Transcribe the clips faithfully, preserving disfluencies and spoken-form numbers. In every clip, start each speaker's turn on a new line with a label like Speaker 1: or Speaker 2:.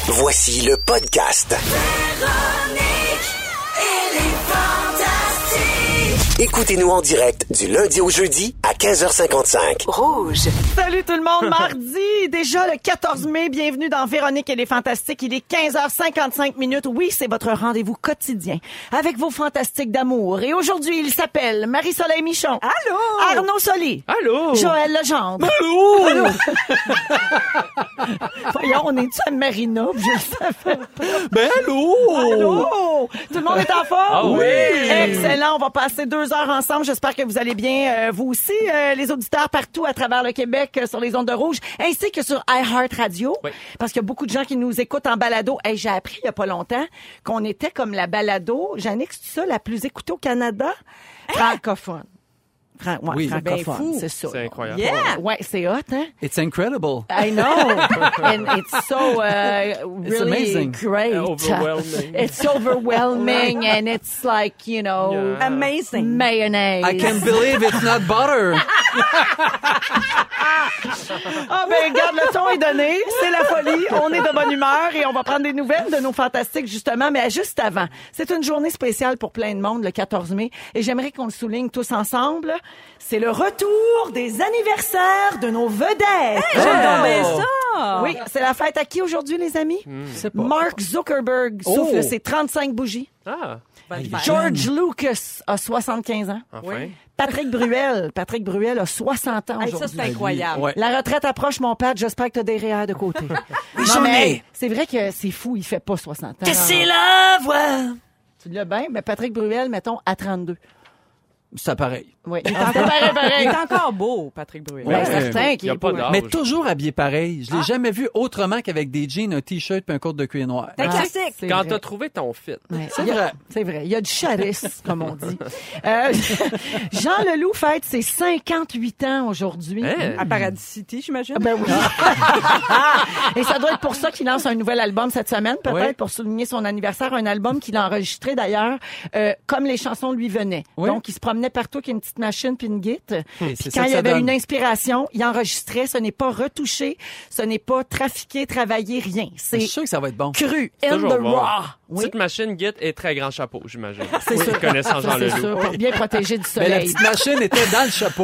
Speaker 1: Voici le podcast. Écoutez-nous en direct du lundi au jeudi à quinze heures cinquante-cinq.
Speaker 2: Rouge.
Speaker 3: Salut tout le monde, mardi, déjà le quatorze mai, bienvenue dans Véronique et les Fantastiques. Il est quinze heures cinquante-cinq minutes. Oui, c'est votre rendez-vous quotidien avec vos fantastiques d'amour. Et aujourd'hui, il s'appelle Marie-Soleil Michon.
Speaker 2: Allô?
Speaker 3: Arnaud Soli.
Speaker 4: Allô?
Speaker 3: Joël Legendre.
Speaker 4: Allô?
Speaker 3: Allô? Voyons, on est-tu à Marina? Je le savais pas.
Speaker 4: Ben allô?
Speaker 3: Allô? Tout le monde est en forme?
Speaker 4: Ah oui!
Speaker 3: Excellent. On va passer deux heures ensemble. J'espère que vous allez bien. Euh, vous aussi, euh, les auditeurs partout à travers le Québec euh, sur les ondes de Rouge, ainsi que sur iHeartRadio.
Speaker 4: Oui.
Speaker 3: Parce qu'il y a beaucoup de gens qui nous écoutent en balado. Hey, j'ai appris il y a pas longtemps qu'on était comme la balado, Jannick, c'est ça, la plus écoutée au Canada? Francophone. Fran- ouais,
Speaker 5: Oui.
Speaker 3: francophone,
Speaker 2: Ben fou.
Speaker 3: c'est ça.
Speaker 4: C'est incroyable.
Speaker 2: Yeah!
Speaker 3: Ouais, c'est hot, hein?
Speaker 5: It's incredible.
Speaker 3: I know. And it's so uh, really
Speaker 5: amazing.
Speaker 3: great.
Speaker 4: Overwhelming.
Speaker 3: It's overwhelming and it's like, you know,
Speaker 4: Yeah.
Speaker 2: Amazing.
Speaker 3: mayonnaise.
Speaker 5: I can't believe it's not butter.
Speaker 3: Ah ben regarde, le ton est donné, c'est la folie, on est de bonne humeur et on va prendre des nouvelles de nos fantastiques justement, mais juste avant, c'est une journée spéciale pour plein de monde le quatorze mai et j'aimerais qu'on le souligne tous ensemble, c'est le retour des anniversaires de nos vedettes.
Speaker 2: Hey, j'aime donc bien ça!
Speaker 3: Oui, c'est la fête à qui aujourd'hui les amis?
Speaker 5: C'est pas.
Speaker 3: Mark Zuckerberg
Speaker 5: Oh.
Speaker 3: souffle ses trente-cinq bougies.
Speaker 4: Ah,
Speaker 2: Bonne fête.
Speaker 3: George Lucas a soixante-quinze ans.
Speaker 4: enfin.
Speaker 3: Patrick Bruel, Patrick Bruel a soixante ans
Speaker 2: Hey, ça,
Speaker 3: aujourd'hui.
Speaker 2: c'est incroyable.
Speaker 5: Ouais.
Speaker 3: La retraite approche, mon père. J'espère que t'as des réels de côté. Non, mais c'est vrai que c'est fou, il fait pas soixante ans.
Speaker 2: C'est la voix!
Speaker 3: Tu l'as bien, mais Patrick Bruel, mettons, à trente-deux.
Speaker 5: C'est pareil.
Speaker 3: Oui, il est encore pareil,
Speaker 2: Il
Speaker 3: pareil.
Speaker 2: est encore beau, Patrick Bruel.
Speaker 3: Ben,
Speaker 5: Ouais.
Speaker 3: certain qu'il
Speaker 4: Y a
Speaker 3: est
Speaker 4: pas
Speaker 3: beau.
Speaker 4: d'âge.
Speaker 5: Mais toujours habillé pareil. Je l'ai jamais vu autrement qu'avec des jeans, un t-shirt puis un coat de cuir noir.
Speaker 2: C'est un
Speaker 3: Ah,
Speaker 2: classique.
Speaker 3: c'est
Speaker 4: Quand
Speaker 3: vrai.
Speaker 4: t'as trouvé ton fit.
Speaker 3: Ouais,
Speaker 5: C'est
Speaker 3: il y a-
Speaker 5: vrai.
Speaker 3: C'est vrai. Il y a du charisme, comme on dit. Euh, Jean Leloup fête ses cinquante-huit ans aujourd'hui.
Speaker 4: Hein?
Speaker 2: À Paradis City, j'imagine.
Speaker 3: Ah, ben oui. Et ça doit être pour ça qu'il lance un nouvel album cette semaine, peut-être
Speaker 5: Oui.
Speaker 3: pour souligner son anniversaire. Un album qu'il a enregistré d'ailleurs euh, comme les chansons lui venaient.
Speaker 5: Oui.
Speaker 3: Donc, il se promenait partout avec une petite machine puis une guitare.
Speaker 5: Et
Speaker 3: Puis
Speaker 5: c'est
Speaker 3: quand
Speaker 5: ça que
Speaker 3: il y
Speaker 5: ça
Speaker 3: avait
Speaker 5: donne.
Speaker 3: une inspiration, il enregistrait. Ce n'est pas retouché, ce n'est pas trafiqué, travaillé, rien.
Speaker 5: Je
Speaker 3: C'est
Speaker 5: suis sûr que ça va être bon.
Speaker 3: cru,
Speaker 4: C'est
Speaker 3: in
Speaker 4: toujours
Speaker 3: the
Speaker 4: bon.
Speaker 3: raw. Oui,
Speaker 4: Petite machine Git et très grand chapeau, j'imagine.
Speaker 3: c'est
Speaker 4: Oui,
Speaker 3: sûr.
Speaker 4: connaissant
Speaker 3: Ça,
Speaker 4: Jean
Speaker 3: c'est
Speaker 4: Leloup.
Speaker 3: sûr, pour bien protéger du
Speaker 5: Mais la
Speaker 3: soleil.
Speaker 5: petite machine était dans le chapeau.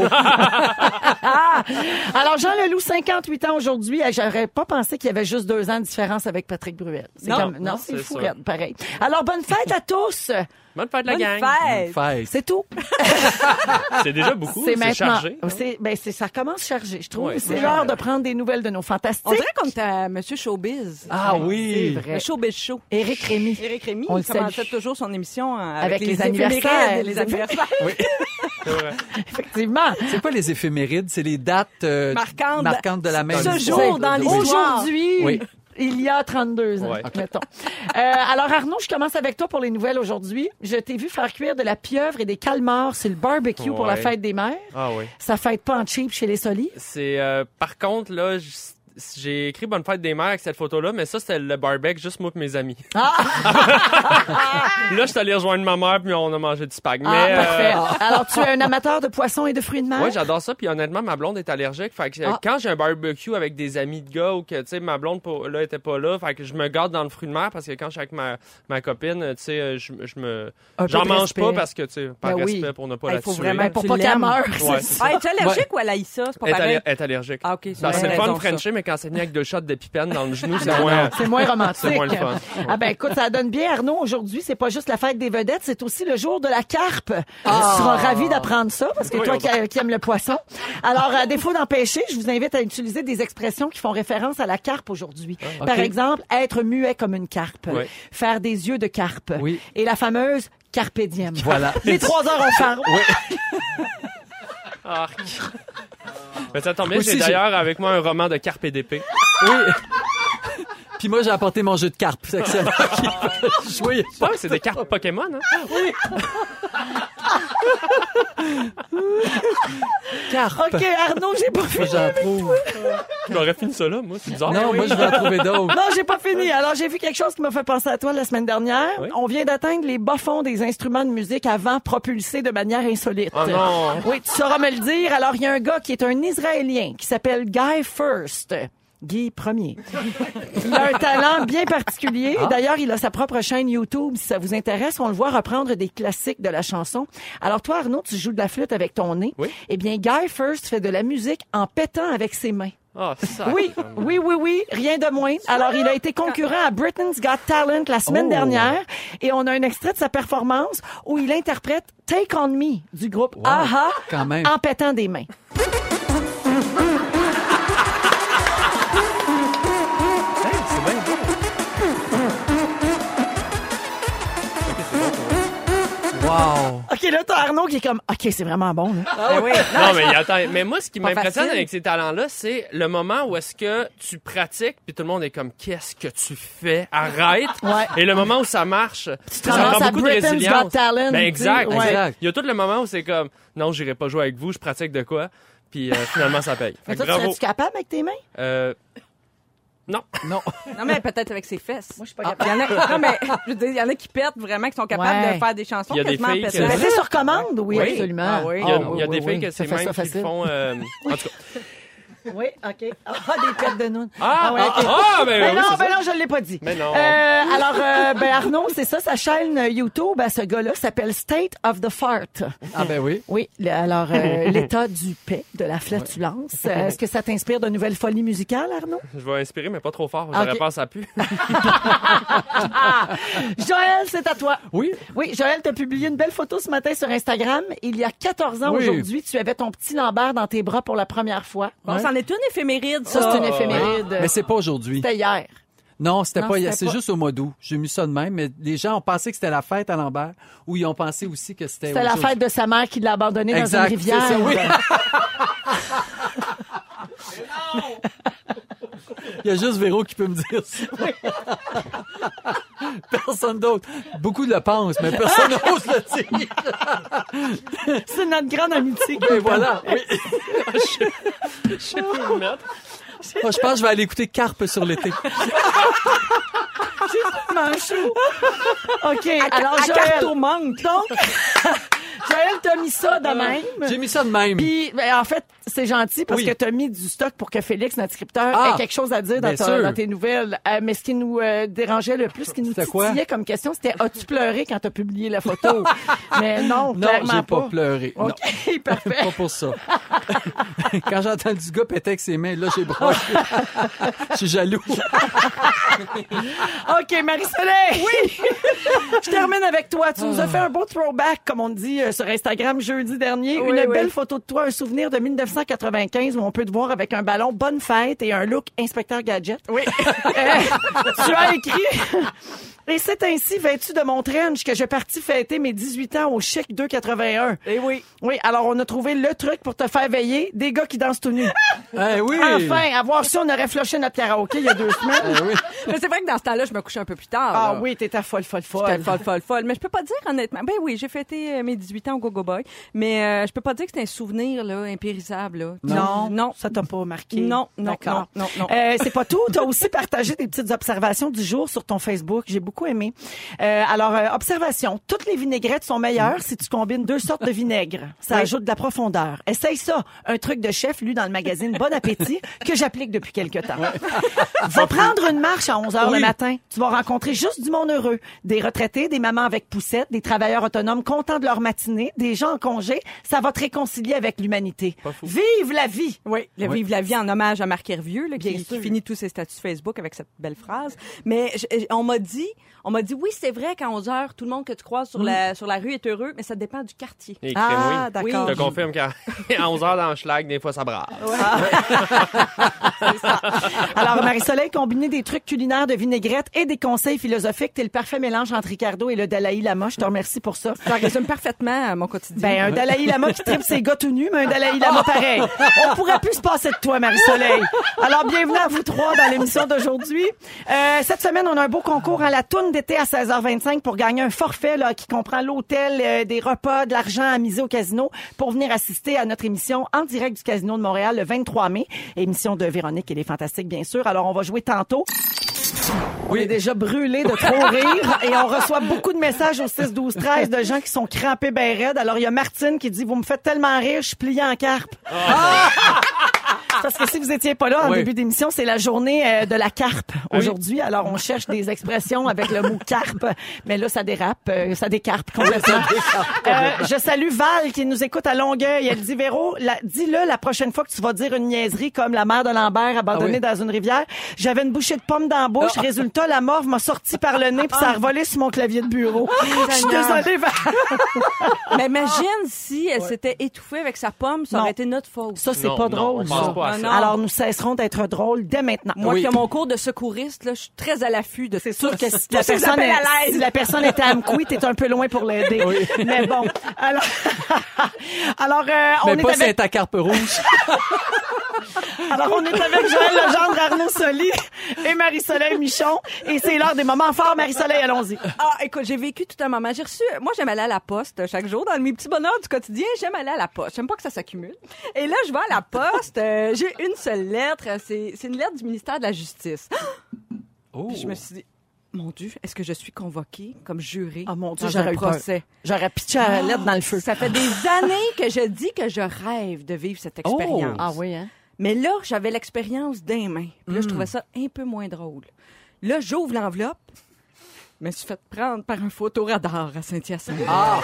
Speaker 3: Ah! Alors, Jean Leloup, cinquante-huit ans aujourd'hui. Eh, J'aurais pas pensé qu'il y avait juste deux ans de différence avec Patrick Bruel. C'est
Speaker 2: Non,
Speaker 3: comme, non,
Speaker 4: non,
Speaker 3: c'est
Speaker 4: c'est
Speaker 3: fou,
Speaker 4: sûr.
Speaker 3: raide, pareil. Alors, bonne fête à tous.
Speaker 4: Bonne fête, la
Speaker 2: Bonne
Speaker 4: gang.
Speaker 2: fête!
Speaker 5: Fête.
Speaker 3: C'est tout.
Speaker 4: C'est déjà beaucoup.
Speaker 3: C'est
Speaker 4: C'est
Speaker 3: maintenant.
Speaker 4: chargé.
Speaker 3: C'est, ben, c'est, ça commence chargé, je trouve.
Speaker 4: Ouais,
Speaker 3: c'est
Speaker 4: ouais.
Speaker 3: l'heure de prendre des nouvelles de nos fantastiques.
Speaker 2: On dirait qu'on était à Monsieur Showbiz.
Speaker 5: Ah oui.
Speaker 3: C'est vrai.
Speaker 2: Le Showbiz Show.
Speaker 3: Éric Rémy.
Speaker 2: Éric Rémy,
Speaker 3: On le
Speaker 2: il commençait
Speaker 3: salue.
Speaker 2: toujours son émission euh, avec,
Speaker 3: Avec les
Speaker 2: éphémérides
Speaker 3: anniversaires.
Speaker 2: et les anniversaires.
Speaker 4: C'est vrai.
Speaker 3: Effectivement.
Speaker 5: C'est pas les éphémérides, c'est les dates euh,
Speaker 2: Marquantes.
Speaker 5: marquantes de la même
Speaker 2: Ce
Speaker 5: histoire.
Speaker 2: jour dans l'histoire.
Speaker 3: Aujourd'hui,
Speaker 5: Oui.
Speaker 3: il y a trente-deux ans,
Speaker 4: Ouais.
Speaker 3: mettons. Euh, alors, Arnaud, je commence avec toi pour les nouvelles aujourd'hui. Je t'ai vu faire cuire de la pieuvre et des calmars sur le barbecue pour la
Speaker 4: Ouais.
Speaker 3: fête des mères.
Speaker 4: Ah oui.
Speaker 3: Ça fête pas en cheap chez les Solis.
Speaker 4: C'est euh, par contre là, j- j'ai écrit bonne fête des mères avec cette photo là, mais ça c'était le barbecue juste moi et mes amis.
Speaker 3: Ah,
Speaker 4: Là, je suis allé rejoindre ma mère puis on a mangé du spag.
Speaker 3: ah,
Speaker 4: mais euh,
Speaker 3: parfait. Alors, tu es un amateur de poissons et de fruits de mer?
Speaker 4: ouais, j'adore ça. Puis honnêtement, ma blonde est allergique. Fait que euh,
Speaker 3: Ah.
Speaker 4: quand j'ai un barbecue avec des amis de gars ou que tu sais ma blonde pour- là était pas là, fait que je me garde dans le fruit de mer parce que quand je suis avec ma, ma copine, tu sais, euh, je, je me
Speaker 3: Un peu
Speaker 4: j'en
Speaker 3: de
Speaker 4: mange
Speaker 3: respect.
Speaker 4: pas parce que tu sais par
Speaker 3: Ben oui.
Speaker 4: respect pour ne pas
Speaker 2: Il
Speaker 4: la
Speaker 2: faut
Speaker 4: tuer.
Speaker 2: vraiment
Speaker 3: Ben, pour
Speaker 2: tu
Speaker 3: pas qu'elle
Speaker 2: l'aimes.
Speaker 3: meure.
Speaker 4: Ouais.
Speaker 3: c'est ça.
Speaker 2: Ah, es-tu allergique ou à l'Aïssa? C'est pas
Speaker 4: Elle est,
Speaker 2: pareil.
Speaker 4: aller- elle est allergique.
Speaker 2: Ah, OK.
Speaker 4: Ben, c'est le fun
Speaker 2: raison,
Speaker 4: de
Speaker 2: ça.
Speaker 4: Frencher, mais quand c'est venu avec deux shots d'épipène dans le genou, c'est moins.
Speaker 3: C'est moins romantique.
Speaker 4: C'est moins le fun.
Speaker 3: Ah ben écoute, ça donne bien Arnaud aujourd'hui, c'est pas juste la fête des vedettes, c'est aussi le jour de la carpe. Tu seras ravi d'apprendre ça parce que
Speaker 4: Oui,
Speaker 3: toi
Speaker 4: on
Speaker 3: qui, qui aimes le poisson. Alors à défaut d'empêcher, je vous invite à utiliser des expressions qui font référence à la carpe aujourd'hui. Par
Speaker 5: Ok.
Speaker 3: exemple, être muet comme une carpe,
Speaker 4: Oui.
Speaker 3: faire des yeux de carpe
Speaker 5: Oui.
Speaker 3: et la fameuse carpe diem.
Speaker 5: Voilà.
Speaker 3: Les trois heures on parle.
Speaker 4: Arc. Mais ça tombe bien,
Speaker 5: Aussi,
Speaker 4: j'ai
Speaker 5: j'ai-
Speaker 4: d'ailleurs avec moi un roman de Carpe d'épée.
Speaker 5: Oui. Puis moi, j'ai apporté mon jeu de carpe. C'est excellent. Jouer.
Speaker 4: Ouais, c'est des cartes Pokémon, hein?
Speaker 5: Carpe.
Speaker 3: OK, Arnaud, j'ai pas
Speaker 5: Moi,
Speaker 3: fini.
Speaker 5: j'en trouve.
Speaker 4: J'aurais fini ça là, moi, c'est bizarre.
Speaker 5: Non, moi, je vais en trouver d'autres.
Speaker 3: Non, j'ai pas fini. Alors, j'ai vu quelque chose qui m'a fait penser à toi la semaine dernière.
Speaker 4: Oui.
Speaker 3: On vient d'atteindre les bas-fonds des instruments de musique à vent propulsés de manière insolite.
Speaker 4: Oh non!
Speaker 3: Oui, tu sauras me le dire. Alors, il y a un gars qui est un Israélien qui s'appelle Guy First. Guy Premier. Il a un talent bien particulier.
Speaker 5: Ah.
Speaker 3: D'ailleurs, il a sa propre chaîne YouTube. Si ça vous intéresse, on le voit reprendre des classiques de la chanson. Alors toi, Arnaud, tu joues de la flûte avec ton nez.
Speaker 4: Oui.
Speaker 3: Eh bien, Guy First fait de la musique en pétant avec ses mains.
Speaker 4: Ah, ça.
Speaker 3: Oui, oui, oui, oui, rien de moins. Alors, il a été concurrent à Britain's Got Talent la semaine
Speaker 5: Oh.
Speaker 3: dernière et on a un extrait de sa performance où il interprète Take On Me du groupe A-ha
Speaker 5: Quand même.
Speaker 3: en pétant des mains.
Speaker 5: C'est bien beau. Wow.
Speaker 3: OK, là, t'as Arnaud qui est comme, OK, c'est vraiment bon, là.
Speaker 2: Ben oui.
Speaker 4: Non, mais attends, mais moi, ce qui
Speaker 2: Pas
Speaker 4: m'impressionne
Speaker 2: facile.
Speaker 4: avec ces talents-là, c'est le moment où est-ce que tu pratiques, puis tout le monde est comme, qu'est-ce que tu fais? Arrête!
Speaker 3: Ouais.
Speaker 4: Et le moment où ça marche, ça
Speaker 3: ramasses
Speaker 4: prend
Speaker 3: à
Speaker 4: beaucoup de
Speaker 3: Britain's
Speaker 4: résilience.
Speaker 3: Got Talent,
Speaker 4: Ben,
Speaker 3: tu
Speaker 4: exact,
Speaker 3: sais, ouais.
Speaker 4: exact. Il y a tout le moment où c'est comme, non, j'irai pas jouer avec vous, je pratique de quoi? Puis euh, finalement, ça paye.
Speaker 3: Mais
Speaker 4: Fait
Speaker 3: toi,
Speaker 4: que bravo.
Speaker 3: serais-tu capable avec tes mains?
Speaker 4: Euh, non.
Speaker 5: Non.
Speaker 2: Non, mais peut-être avec ses fesses.
Speaker 3: Moi, je suis pas
Speaker 2: Ah,
Speaker 3: capable.
Speaker 2: il y en a, non, mais je veux dire, il y en a qui pètent vraiment, qui sont capables
Speaker 3: Ouais.
Speaker 2: de faire des chansons
Speaker 4: Il y a des
Speaker 2: quasiment
Speaker 4: filles
Speaker 2: pétantes.
Speaker 4: que-
Speaker 3: Ben, c'est sur commande? Oui,
Speaker 4: Oui.
Speaker 3: absolument.
Speaker 2: Ah oui.
Speaker 4: Il y a,
Speaker 3: Ah,
Speaker 4: il y a
Speaker 3: oui,
Speaker 4: des
Speaker 3: oui,
Speaker 4: filles que
Speaker 3: ça
Speaker 4: c'est
Speaker 3: fait ça
Speaker 4: même qui
Speaker 3: facile.
Speaker 4: font... euh, en tout cas.
Speaker 3: Oui, OK. Ah, des pètes de nounes.
Speaker 4: Ah,
Speaker 3: ouais,
Speaker 4: ah,
Speaker 3: OK.
Speaker 4: ah, ben,
Speaker 3: Ben
Speaker 4: oui,
Speaker 3: non,
Speaker 4: c'est
Speaker 3: ben
Speaker 4: ça.
Speaker 3: non, je l'ai pas dit.
Speaker 4: Mais non.
Speaker 3: Euh, alors, euh, ben Arnaud, c'est ça, sa chaîne YouTube à ce gars-là s'appelle State of the Fart.
Speaker 5: Ah ben oui.
Speaker 3: Oui, le- alors, euh, l'état du paix, de la flatulence. Euh, Est-ce que ça t'inspire de nouvelles folies musicales, Arnaud?
Speaker 4: Je vais inspirer, mais pas trop fort. J'aurais
Speaker 3: Ok.
Speaker 4: peur que ça pue.
Speaker 3: Joël, c'est à toi.
Speaker 5: Oui.
Speaker 3: Oui, Joël, t'as publié une belle photo ce matin sur Instagram. Il y a quatorze ans
Speaker 5: Oui.
Speaker 3: aujourd'hui, tu avais ton petit Lambert dans tes bras pour la première fois.
Speaker 2: Bon, c'en est une éphéméride,
Speaker 3: Ça,
Speaker 2: ça.
Speaker 3: c'est une éphéméride.
Speaker 5: Mais c'est pas aujourd'hui.
Speaker 3: C'était hier.
Speaker 5: Non, c'était
Speaker 3: Non,
Speaker 5: pas.
Speaker 3: c'était
Speaker 5: C'est
Speaker 3: pas.
Speaker 5: juste au mois d'août. J'ai mis ça de même, mais les gens ont pensé que c'était la fête à Lambert, ou ils ont pensé aussi que c'était.
Speaker 3: C'était la
Speaker 5: aujourd'hui.
Speaker 3: fête de sa mère qui l'a abandonné dans
Speaker 5: Exact,
Speaker 3: une rivière.
Speaker 5: c'est ça, oui. Il y a juste Véro qui peut me dire ça. Personne d'autre. Beaucoup le pensent, mais personne n'ose le dire.
Speaker 3: C'est notre grande amitié.
Speaker 5: Et voilà. Oui.
Speaker 4: Je sais plus où le mettre.
Speaker 5: Moi, je pense que je vais aller écouter Carpe sur l'été.
Speaker 3: Tellement chaud. OK, alors
Speaker 2: à
Speaker 3: Joël.
Speaker 2: carte au manque.
Speaker 3: Donc, Joël t'a mis ça de même.
Speaker 5: J'ai mis ça de même.
Speaker 3: Puis, ben, en fait, c'est gentil parce
Speaker 5: Oui.
Speaker 3: que t'as mis du stock pour que Félix, notre scripteur,
Speaker 5: Ah,
Speaker 3: ait quelque chose à dire dans,
Speaker 5: bien
Speaker 3: ta-
Speaker 5: sûr.
Speaker 3: dans tes nouvelles. Euh, mais ce qui nous euh, dérangeait le plus, ce qui nous
Speaker 5: C'était quoi?
Speaker 3: titillait comme question, c'était « As-tu pleuré quand t'as publié la photo? » Mais non,
Speaker 5: Non,
Speaker 3: clairement
Speaker 5: j'ai pas,
Speaker 3: pas.
Speaker 5: pleuré. Non.
Speaker 3: OK, parfait.
Speaker 5: Pas pour ça. Quand j'ai entendu du gars péter avec ses mains, là, j'ai broyé. Je suis jaloux.
Speaker 3: OK, Marie-Soleil! Oui! Je termine avec toi. Tu nous as fait un beau throwback, comme on dit euh, sur Instagram jeudi dernier.
Speaker 2: Oui,
Speaker 3: Une
Speaker 2: oui.
Speaker 3: belle photo de toi, un souvenir de dix-neuf cent quatre-vingt-quinze où on peut te voir avec un ballon Bonne Fête et un look Inspecteur Gadget. Oui. Tu as écrit... Et c'est ainsi, vêtu de mon trench, que je partis fêter mes dix-huit ans au Chic deux quatre-vingt-un.
Speaker 2: Eh oui.
Speaker 3: Oui, alors on a trouvé le truc pour te faire veiller, des gars qui dansent tout nus.
Speaker 5: Eh oui.
Speaker 3: Enfin, à voir si on aurait floché notre karaoké il y a deux semaines.
Speaker 5: Eh oui.
Speaker 2: Mais c'est vrai que dans ce temps-là, je me couchais un peu plus tard.
Speaker 3: Ah
Speaker 2: là.
Speaker 3: oui, t'étais folle, folle, folle.
Speaker 2: J'étais folle, folle, folle. Mais je peux pas dire honnêtement. Ben oui, j'ai fêté euh, mes dix-huit ans au Go-Go Boy. Mais euh, je peux pas dire que c'est un souvenir là, impérissable. Là.
Speaker 3: Non,
Speaker 2: non.
Speaker 3: ça t'a pas marqué.
Speaker 2: Non, non,
Speaker 3: D'accord.
Speaker 2: non, non, non.
Speaker 3: Euh, c'est pas tout. Tu as aussi partagé des petites observations du jour sur ton Facebook. J'ai beaucoup aimé. Euh, alors, euh, observation. Toutes les vinaigrettes sont meilleures si tu combines deux sortes de vinaigre. Ça
Speaker 2: Oui.
Speaker 3: ajoute de la profondeur. Essaye ça. Un truc de chef lu dans le magazine Bon Appétit que j'applique depuis quelque temps. Va prendre une marche à onze heures
Speaker 5: Oui.
Speaker 3: le matin. Tu vas rencontrer juste du monde heureux. Des retraités, des mamans avec poussettes, des travailleurs autonomes contents de leur matinée, des gens en congé. Ça va te réconcilier avec l'humanité. Vive la vie!
Speaker 2: Oui, le Vive la vie en hommage à Marc Hervieux, là,
Speaker 3: Bien
Speaker 2: qui,
Speaker 3: sûr.
Speaker 2: qui finit tous ses statuts Facebook avec cette belle phrase. Mais je- je- on m'a dit, on m'a dit, oui, c'est vrai qu'à onze heures, tout le monde que tu croises sur, la, sur la rue est heureux, mais ça dépend du quartier.
Speaker 4: Et
Speaker 3: Ah,
Speaker 4: crème, oui.
Speaker 3: d'accord.
Speaker 4: Je te confirme qu'à à onze heures dans le schlag, des fois, ça brasse.
Speaker 3: Alors, Marie-Soleil, combiner des trucs culinaires de vinaigrette et des conseils philosophiques, t'es le parfait mélange entre Ricardo et le Dalai Lama. Je te remercie pour ça.
Speaker 2: Ça résume parfaitement à mon quotidien.
Speaker 3: Ben, un Dalai Lama qui tripe ses gars tout nus, mais un Dalai Lama pareil. On pourrait plus se passer de toi, Marie-Soleil. Alors, bienvenue à vous trois dans l'émission d'aujourd'hui. Euh, cette semaine, on a un beau concours à la toune d'été à seize heures vingt-cinq pour gagner un forfait là, qui comprend l'hôtel, euh, des repas, de l'argent à miser au casino pour venir assister à notre émission en direct du Casino de Montréal le vingt-trois mai. Émission de Véronique et les Fantastiques, bien sûr. Alors, on va jouer tantôt. On est déjà brûlé de trop rire et on reçoit beaucoup de messages au six douze treize de gens qui sont crampés ben raides. Alors, il y a Martine qui dit « Vous me faites tellement rire, je suis pliée en carpe. Ah! » parce que si vous étiez pas là en
Speaker 5: Oui.
Speaker 3: début d'émission, c'est la journée euh, de la carpe aujourd'hui. Alors, on cherche des expressions avec le mot carpe. Mais là, ça dérape, euh, ça décarpe complètement. Euh, je salue Val qui nous écoute à Longueuil. Elle dit, Véro, la- dis-le la prochaine fois que tu vas dire une niaiserie comme la mère de Lambert abandonnée
Speaker 5: Ah
Speaker 3: dans une rivière. J'avais une bouchée de pomme dans la bouche.
Speaker 5: Ah.
Speaker 3: Résultat, la morve m'a sorti par le nez puis ça a revolé sur mon clavier de bureau. Je suis désolée, Val.
Speaker 2: Mais imagine si elle s'était étouffée avec sa pomme, ça
Speaker 3: Non.
Speaker 2: aurait été notre faute.
Speaker 3: Ça, c'est
Speaker 4: Non,
Speaker 3: pas
Speaker 4: non,
Speaker 3: drôle.
Speaker 4: on pense
Speaker 3: ça.
Speaker 4: pas à
Speaker 2: Ah,
Speaker 4: ça.
Speaker 2: non.
Speaker 3: Alors, nous cesserons d'être drôles dès maintenant.
Speaker 2: Moi
Speaker 5: Oui.
Speaker 2: qui ai mon cours de secouriste, là, je suis très à l'affût de
Speaker 3: C'est sûr que si
Speaker 2: Tout
Speaker 3: la,
Speaker 2: ce qui
Speaker 3: personne
Speaker 2: s'appelle
Speaker 3: est,
Speaker 2: à l'aide.
Speaker 3: si la personne était à Amqui, t'es un peu loin pour l'aider. Mais bon, alors, alors euh, on
Speaker 5: Mais
Speaker 3: est
Speaker 5: pas
Speaker 3: avec,
Speaker 5: c'est ta carpe rouge.
Speaker 3: alors on est avec Joël Legendre, Arnaud Soli et Marie-Soleil Michon. Et c'est l'heure des moments forts. Marie-Soleil, allons-y.
Speaker 2: Ah, écoute, j'ai vécu tout un moment. J'ai reçu, moi, j'aime aller à la poste chaque jour. Dans mes petits bonheurs du quotidien, j'aime aller à la poste. J'aime pas que ça s'accumule. Et là, je vais à la poste. euh, j'ai une seule lettre. C'est, c'est une lettre du ministère de la Justice.
Speaker 5: Oh.
Speaker 2: Puis je me suis dit, mon Dieu, est-ce que je suis convoquée comme jurée
Speaker 3: Oh mon Dieu,
Speaker 2: dans
Speaker 3: j'aurais
Speaker 2: un
Speaker 3: eu peur.
Speaker 2: procès?
Speaker 3: J'aurais pitché la lettre dans le feu.
Speaker 2: Ça fait des années que je dis que je rêve de vivre cette expérience.
Speaker 3: Ah oui, hein?
Speaker 2: Mais là, j'avais l'expérience des mains. Puis là, je trouvais ça un peu moins drôle. Là, j'ouvre l'enveloppe. Je me suis fait prendre par un photoradar à Saint-Hyacinthe.
Speaker 5: Ah.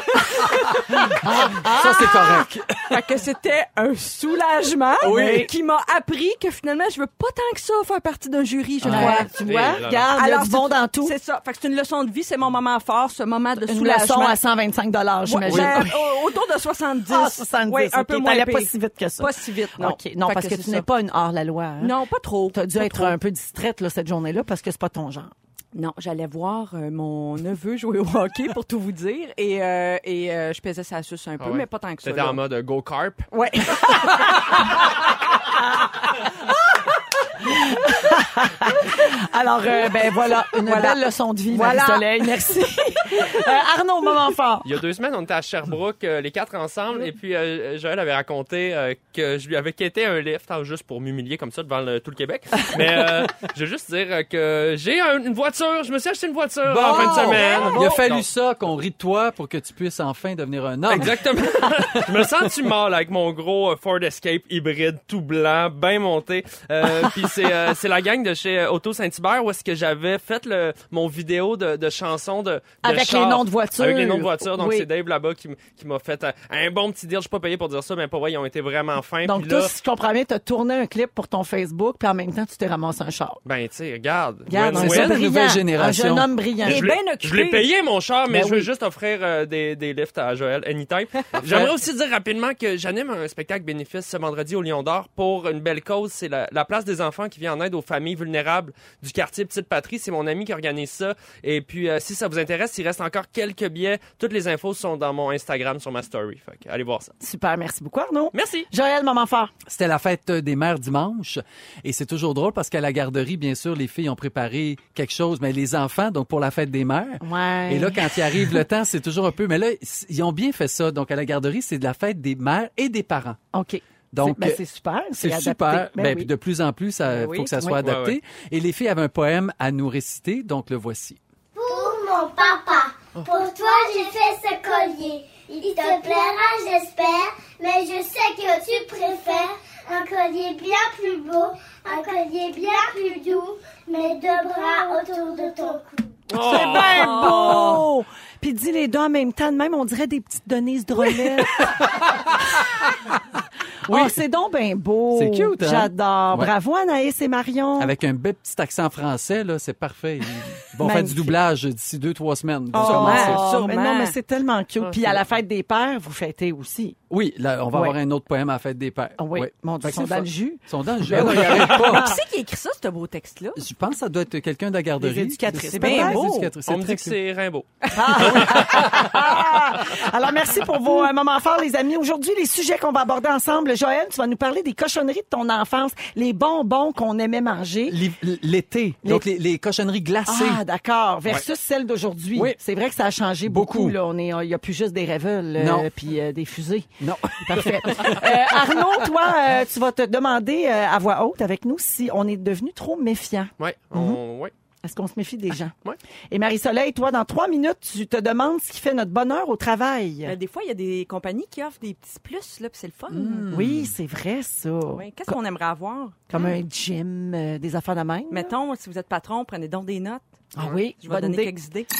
Speaker 5: Ça, c'est correct.
Speaker 2: Fait que c'était un soulagement
Speaker 5: Oui.
Speaker 2: qui m'a appris que finalement, je veux pas tant que ça faire partie d'un jury, je
Speaker 5: Ouais.
Speaker 2: crois.
Speaker 3: Tu
Speaker 4: Et
Speaker 3: vois,
Speaker 4: là, là.
Speaker 3: regarde, il y a
Speaker 2: Alors,
Speaker 3: du bon
Speaker 2: c'est-
Speaker 3: dans tout.
Speaker 2: C'est ça. Fait que c'est une leçon de vie, c'est mon moment fort, ce moment de
Speaker 3: Une
Speaker 2: soulagement.
Speaker 3: leçon à cent vingt-cinq dollars,
Speaker 2: Ouais,
Speaker 3: j'imagine.
Speaker 2: ben, au- autour de soixante-dix.
Speaker 3: Ah, soixante-dix.
Speaker 2: Oui, un
Speaker 3: ok.
Speaker 2: peu moins
Speaker 3: T'allais
Speaker 2: pire.
Speaker 3: pas si vite que ça.
Speaker 2: Pas si vite, non.
Speaker 3: OK. Non,
Speaker 2: Fait
Speaker 3: parce que,
Speaker 2: c'est
Speaker 3: tu
Speaker 2: ça.
Speaker 3: n'es pas une hors-la-loi. Hein?
Speaker 2: Non, pas trop.
Speaker 3: Tu as dû
Speaker 2: Pas
Speaker 3: être
Speaker 2: trop.
Speaker 3: un peu distraite là, cette journée-là parce que c'est pas ton genre.
Speaker 2: Non, j'allais voir euh, mon neveu jouer au hockey, pour tout vous dire, et, euh, et euh, je pesais sa suce un peu,
Speaker 4: Ah ouais.
Speaker 2: mais pas tant que ça.
Speaker 4: C'était
Speaker 2: là.
Speaker 4: en mode go carp.
Speaker 2: Ouais.
Speaker 3: Alors, euh, ben voilà, une
Speaker 2: Voilà.
Speaker 3: belle leçon de vie,
Speaker 2: Voilà.
Speaker 3: Marie-Soleil. Merci. Euh, Arnaud, moment fort.
Speaker 4: Il y a deux semaines, on était à Sherbrooke, euh, les quatre ensemble, et puis euh, Joël avait raconté euh, que je lui avais quêté un lift, hein, juste pour m'humilier comme ça devant le- tout le Québec. Mais euh, je veux juste dire euh, que j'ai un- une voiture, je me suis acheté une voiture en fin de semaine.
Speaker 5: Il a fallu
Speaker 4: Donc,
Speaker 5: ça qu'on rit de toi pour que tu puisses enfin devenir un homme.
Speaker 4: Exactement. Je me sens-tu mal avec mon gros euh, Ford Escape hybride tout blanc, bien monté. Euh, Puis c'est euh, c'est la gang de chez euh, Auto Saint-Hubert où est-ce que j'avais fait le mon vidéo de, de chansons de, de
Speaker 3: Avec
Speaker 4: char.
Speaker 3: les noms de voitures.
Speaker 4: Avec les noms de voitures. Donc
Speaker 3: Oui.
Speaker 4: c'est Dave là-bas qui, m- qui m'a fait euh, un bon petit deal. Je suis pas payé pour dire ça, mais pour vrai, ils ont été vraiment fins.
Speaker 3: Donc,
Speaker 4: Puis
Speaker 3: toi,
Speaker 4: là,
Speaker 3: si je comprends bien, tu as tourné un clip pour ton Facebook, puis en même temps, tu t'es ramassé un char.
Speaker 4: ben tu sais, regarde.
Speaker 3: Regarde,
Speaker 4: win-win.
Speaker 3: un
Speaker 5: c'est ça,
Speaker 3: gars
Speaker 5: la
Speaker 3: brillant,
Speaker 5: nouvelle génération.
Speaker 3: Un jeune homme brillant.
Speaker 2: Et
Speaker 4: Je
Speaker 2: bien
Speaker 4: l'ai-
Speaker 2: occupé.
Speaker 4: Je l'ai payé, mon char, mais
Speaker 3: Ben
Speaker 4: je veux
Speaker 3: oui.
Speaker 4: juste offrir euh, des, des lifts à Joël anytime. J'aimerais aussi dire rapidement que j'anime un spectacle bénéfice ce vendredi au Lion d'Or pour une belle cause. C'est la, la place des enfants qui vient en aide aux familles vulnérables du quartier Petite Patrie. C'est mon ami qui organise ça. Et puis, euh, si ça vous intéresse, il reste encore quelques billets. Toutes les infos sont dans mon Instagram sur ma story. Fait que allez voir ça.
Speaker 3: Super, merci beaucoup, Arnaud.
Speaker 4: Merci.
Speaker 3: Joël, moment fort.
Speaker 5: C'était la fête des mères dimanche. Et c'est toujours drôle parce qu'à la garderie, bien sûr, les filles ont préparé quelque chose, mais les enfants, donc pour la fête des mères.
Speaker 3: Ouais.
Speaker 5: Et là, quand il arrive le temps, c'est toujours un peu... Mais là, ils ont bien fait ça. Donc, à la garderie, c'est de la fête des mères et des parents.
Speaker 3: OK.
Speaker 5: Donc,
Speaker 3: c'est, ben, c'est super.
Speaker 5: C'est
Speaker 3: adapté.
Speaker 5: super.
Speaker 3: Ben
Speaker 5: Ben,
Speaker 3: oui.
Speaker 5: puis de plus en plus, ça
Speaker 3: Ben
Speaker 5: faut
Speaker 3: oui.
Speaker 5: que ça soit
Speaker 3: Oui.
Speaker 5: adapté.
Speaker 4: Ouais,
Speaker 5: Et les filles avaient un poème à nous réciter, donc le voici.
Speaker 6: Pour mon papa, pour toi j'ai fait ce collier. Il te plaira, j'espère, mais je sais que tu préfères un collier bien plus beau, un collier bien plus doux, mais deux bras autour de ton cou.
Speaker 3: C'est bien beau! Puis dis les deux en même temps, de même, on dirait des petites Denise Drolet. Oui. Oh, c'est donc bien beau.
Speaker 5: C'est cute, hein?
Speaker 3: J'adore.
Speaker 5: Ouais.
Speaker 3: Bravo Anaïs et Marion.
Speaker 5: Avec un bel petit accent français, là, c'est parfait. Ils vont faire du
Speaker 3: Magnifique.
Speaker 5: doublage d'ici deux, trois semaines. Ils vont
Speaker 3: Oh,
Speaker 5: commencer.
Speaker 2: sûrement.
Speaker 3: mais non, mais c'est tellement cute.
Speaker 4: Ah,
Speaker 3: Puis
Speaker 4: c'est
Speaker 3: à la
Speaker 4: bon.
Speaker 3: fête des pères, vous fêtez aussi.
Speaker 5: Oui, là, on va
Speaker 3: Ouais.
Speaker 5: avoir un autre poème à la fête des pères.
Speaker 3: Ah oui.
Speaker 5: Ouais.
Speaker 3: Mon Dieu,
Speaker 5: Fait
Speaker 3: ils
Speaker 5: que
Speaker 3: sont
Speaker 5: c'est
Speaker 3: dans
Speaker 5: fun.
Speaker 3: le jus.
Speaker 5: Ils sont dans le jus. Ah oui, ils arrêtent pas.
Speaker 2: Qui c'est qui a écrit ça, ce beau texte-là?
Speaker 5: Je pense que ça doit être quelqu'un de la garderie.
Speaker 3: Des éducatrices.
Speaker 2: C'est bien
Speaker 5: Des
Speaker 2: beau.
Speaker 5: éducatrices.
Speaker 4: On me
Speaker 5: C'est
Speaker 4: dit que
Speaker 5: très
Speaker 4: c'est Rimbaud.
Speaker 3: Ah! Alors, merci pour vos euh, moments forts, les amis. Aujourd'hui, les sujets qu'on va aborder ensemble. Joël, tu vas nous parler des cochonneries de ton enfance, les bonbons qu'on aimait manger.
Speaker 5: L'hi- L'été. Donc, les, les cochonneries glacées.
Speaker 3: Ah, d'accord. Versus celle d'aujourd'hui.
Speaker 5: Oui.
Speaker 3: C'est vrai que ça a changé beaucoup.
Speaker 5: Beaucoup.
Speaker 3: Là, on est, il y a plus juste des révèles, euh,
Speaker 5: Non.
Speaker 3: puis euh, des fusées.
Speaker 5: Non.
Speaker 3: Parfait. Euh, Arnaud, toi, euh, tu vas te demander euh, à voix haute avec nous si on est devenu trop méfiant.
Speaker 4: Ouais, on, ouais.
Speaker 3: Est-ce qu'on se méfie des gens?
Speaker 4: Ouais.
Speaker 3: Et Marie-Soleil, toi, dans trois minutes, tu te demandes ce qui fait notre bonheur au travail.
Speaker 2: Ben, des fois, il y a des compagnies qui offrent des petits plus, là, puis c'est le fun.
Speaker 3: Mm. Oui, c'est vrai, ça.
Speaker 2: Ouais. Qu'est-ce qu'on aimerait avoir?
Speaker 3: Comme un gym, euh, des affaires de même.
Speaker 2: Mettons, si vous êtes patron, prenez donc des notes.
Speaker 3: Ah oui,
Speaker 2: Je vais
Speaker 3: bonne
Speaker 2: donner
Speaker 3: idée.
Speaker 2: quelques idées.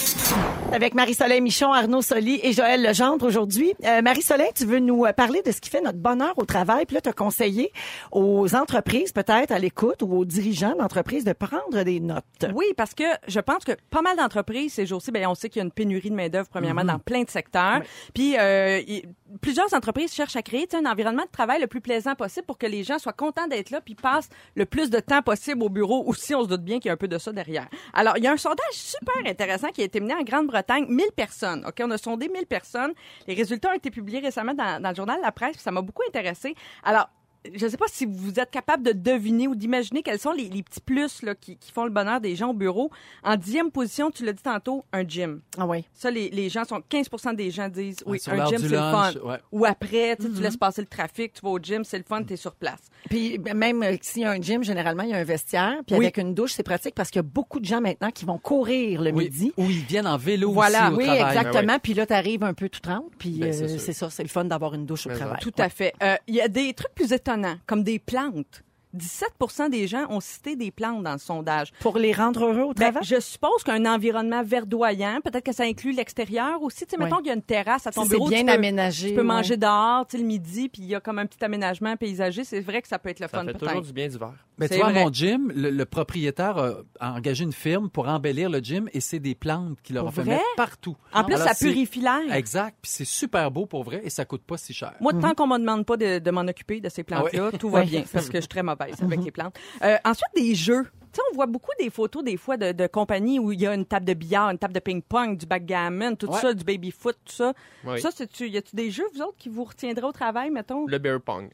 Speaker 3: Avec Marie-Soleil Michon, Arnaud Soli et Joël Legendre aujourd'hui. Euh, Marie-Soleil, tu veux nous parler de ce qui fait notre bonheur au travail. Puis là, tu as conseillé aux entreprises, peut-être à l'écoute, ou aux dirigeants d'entreprises de prendre des notes.
Speaker 2: Oui, parce que je pense que pas mal d'entreprises ces jours-ci, ben on sait qu'il y a une pénurie de main-d'œuvre premièrement dans plein de secteurs.
Speaker 3: Oui.
Speaker 2: Puis euh, y- plusieurs entreprises cherchent à créer un environnement de travail le plus plaisant possible pour que les gens soient contents d'être là puis passent le plus de temps possible au bureau. Aussi, on se doute bien qu'il y a un peu de ça derrière. Alors, il y a un sondage super intéressant qui a été mené en Grande-Bretagne, mille personnes. OK, on a sondé mille personnes. Les résultats ont été publiés récemment dans, dans le journal La Presse, puis ça m'a beaucoup intéressé. Alors, je ne sais pas si vous êtes capable de deviner ou d'imaginer quels sont les, les petits plus là, qui, qui font le bonheur des gens au bureau. En dixième position, tu l'as dit tantôt, un gym.
Speaker 3: Ah oui.
Speaker 2: Ça, les, les gens sont, quinze pour cent des gens disent, oui,
Speaker 5: Ouais, sur
Speaker 2: un
Speaker 5: l'heure
Speaker 2: gym,
Speaker 5: du
Speaker 2: c'est le fun.
Speaker 5: lunch, ouais.
Speaker 2: Ou après, tu sais,
Speaker 3: Mm-hmm.
Speaker 2: tu laisses passer le trafic, tu vas au gym, c'est le fun, t'es sur place.
Speaker 3: Puis ben, même euh, s'il y a un gym, généralement, il y a un vestiaire. Puis
Speaker 2: Oui.
Speaker 3: avec une douche, c'est pratique parce qu'il y a beaucoup de gens maintenant qui vont courir le
Speaker 5: Oui.
Speaker 3: midi.
Speaker 5: Ou ils viennent en vélo
Speaker 2: Voilà.
Speaker 5: aussi au
Speaker 3: Oui,
Speaker 5: travail.
Speaker 3: exactement. Puis là, tu arrives un peu tout trempe. Puis
Speaker 4: Ben,
Speaker 3: euh,
Speaker 4: c'est sûr.
Speaker 3: c'est ça, c'est le fun d'avoir une douche au
Speaker 4: Mais
Speaker 3: travail.
Speaker 2: Tout à fait. Euh, Il y a des trucs plus étonnants, comme des plantes. dix-sept pour cent des gens ont cité des plantes dans le sondage.
Speaker 3: Pour les rendre heureux au
Speaker 2: Ben,
Speaker 3: travail.
Speaker 2: je suppose qu'un environnement verdoyant, peut-être que ça inclut l'extérieur aussi. Tu sais, mettons
Speaker 3: Ouais.
Speaker 2: qu'il y a une terrasse à ton
Speaker 3: Si c'est
Speaker 2: bureau,
Speaker 3: bien
Speaker 2: tu peux,
Speaker 3: aménagé.
Speaker 2: tu peux
Speaker 3: ouais.
Speaker 2: manger dehors, tu sais, le midi, puis il y a comme un petit aménagement paysager. C'est vrai que ça peut être le
Speaker 4: Ça
Speaker 2: fun,
Speaker 4: fait
Speaker 2: peut-être.
Speaker 4: toujours du bien d'hiver.
Speaker 5: Mais
Speaker 2: C'est
Speaker 5: tu vois, à
Speaker 2: vrai.
Speaker 5: mon gym, le, le propriétaire a, a engagé une firme pour embellir le gym et c'est des plantes qu'il leur a
Speaker 2: Pour
Speaker 5: fait
Speaker 2: vrai?
Speaker 5: mettre partout.
Speaker 2: En plus,
Speaker 5: Alors,
Speaker 2: ça
Speaker 5: c'est-
Speaker 2: purifie l'air.
Speaker 5: Exact. Puis c'est super beau pour vrai et ça coûte pas si cher.
Speaker 2: Moi, tant qu'on me demande pas de, de m'en occuper de ces plantes-là, tout va
Speaker 3: Oui.
Speaker 2: bien, parce que je suis très mauvaise avec les plantes. Euh, ensuite, des jeux. Tu sais, on voit beaucoup des photos, des fois, de, de compagnies où il y a une table de billard, une table de ping-pong, du backgammon, tout
Speaker 5: Ouais.
Speaker 2: ça, du baby-foot, tout ça.
Speaker 4: Oui.
Speaker 2: Ça, c'est-tu, y a-tu des jeux, vous autres, qui vous retiendraient au travail, mettons?
Speaker 4: Le beer pong.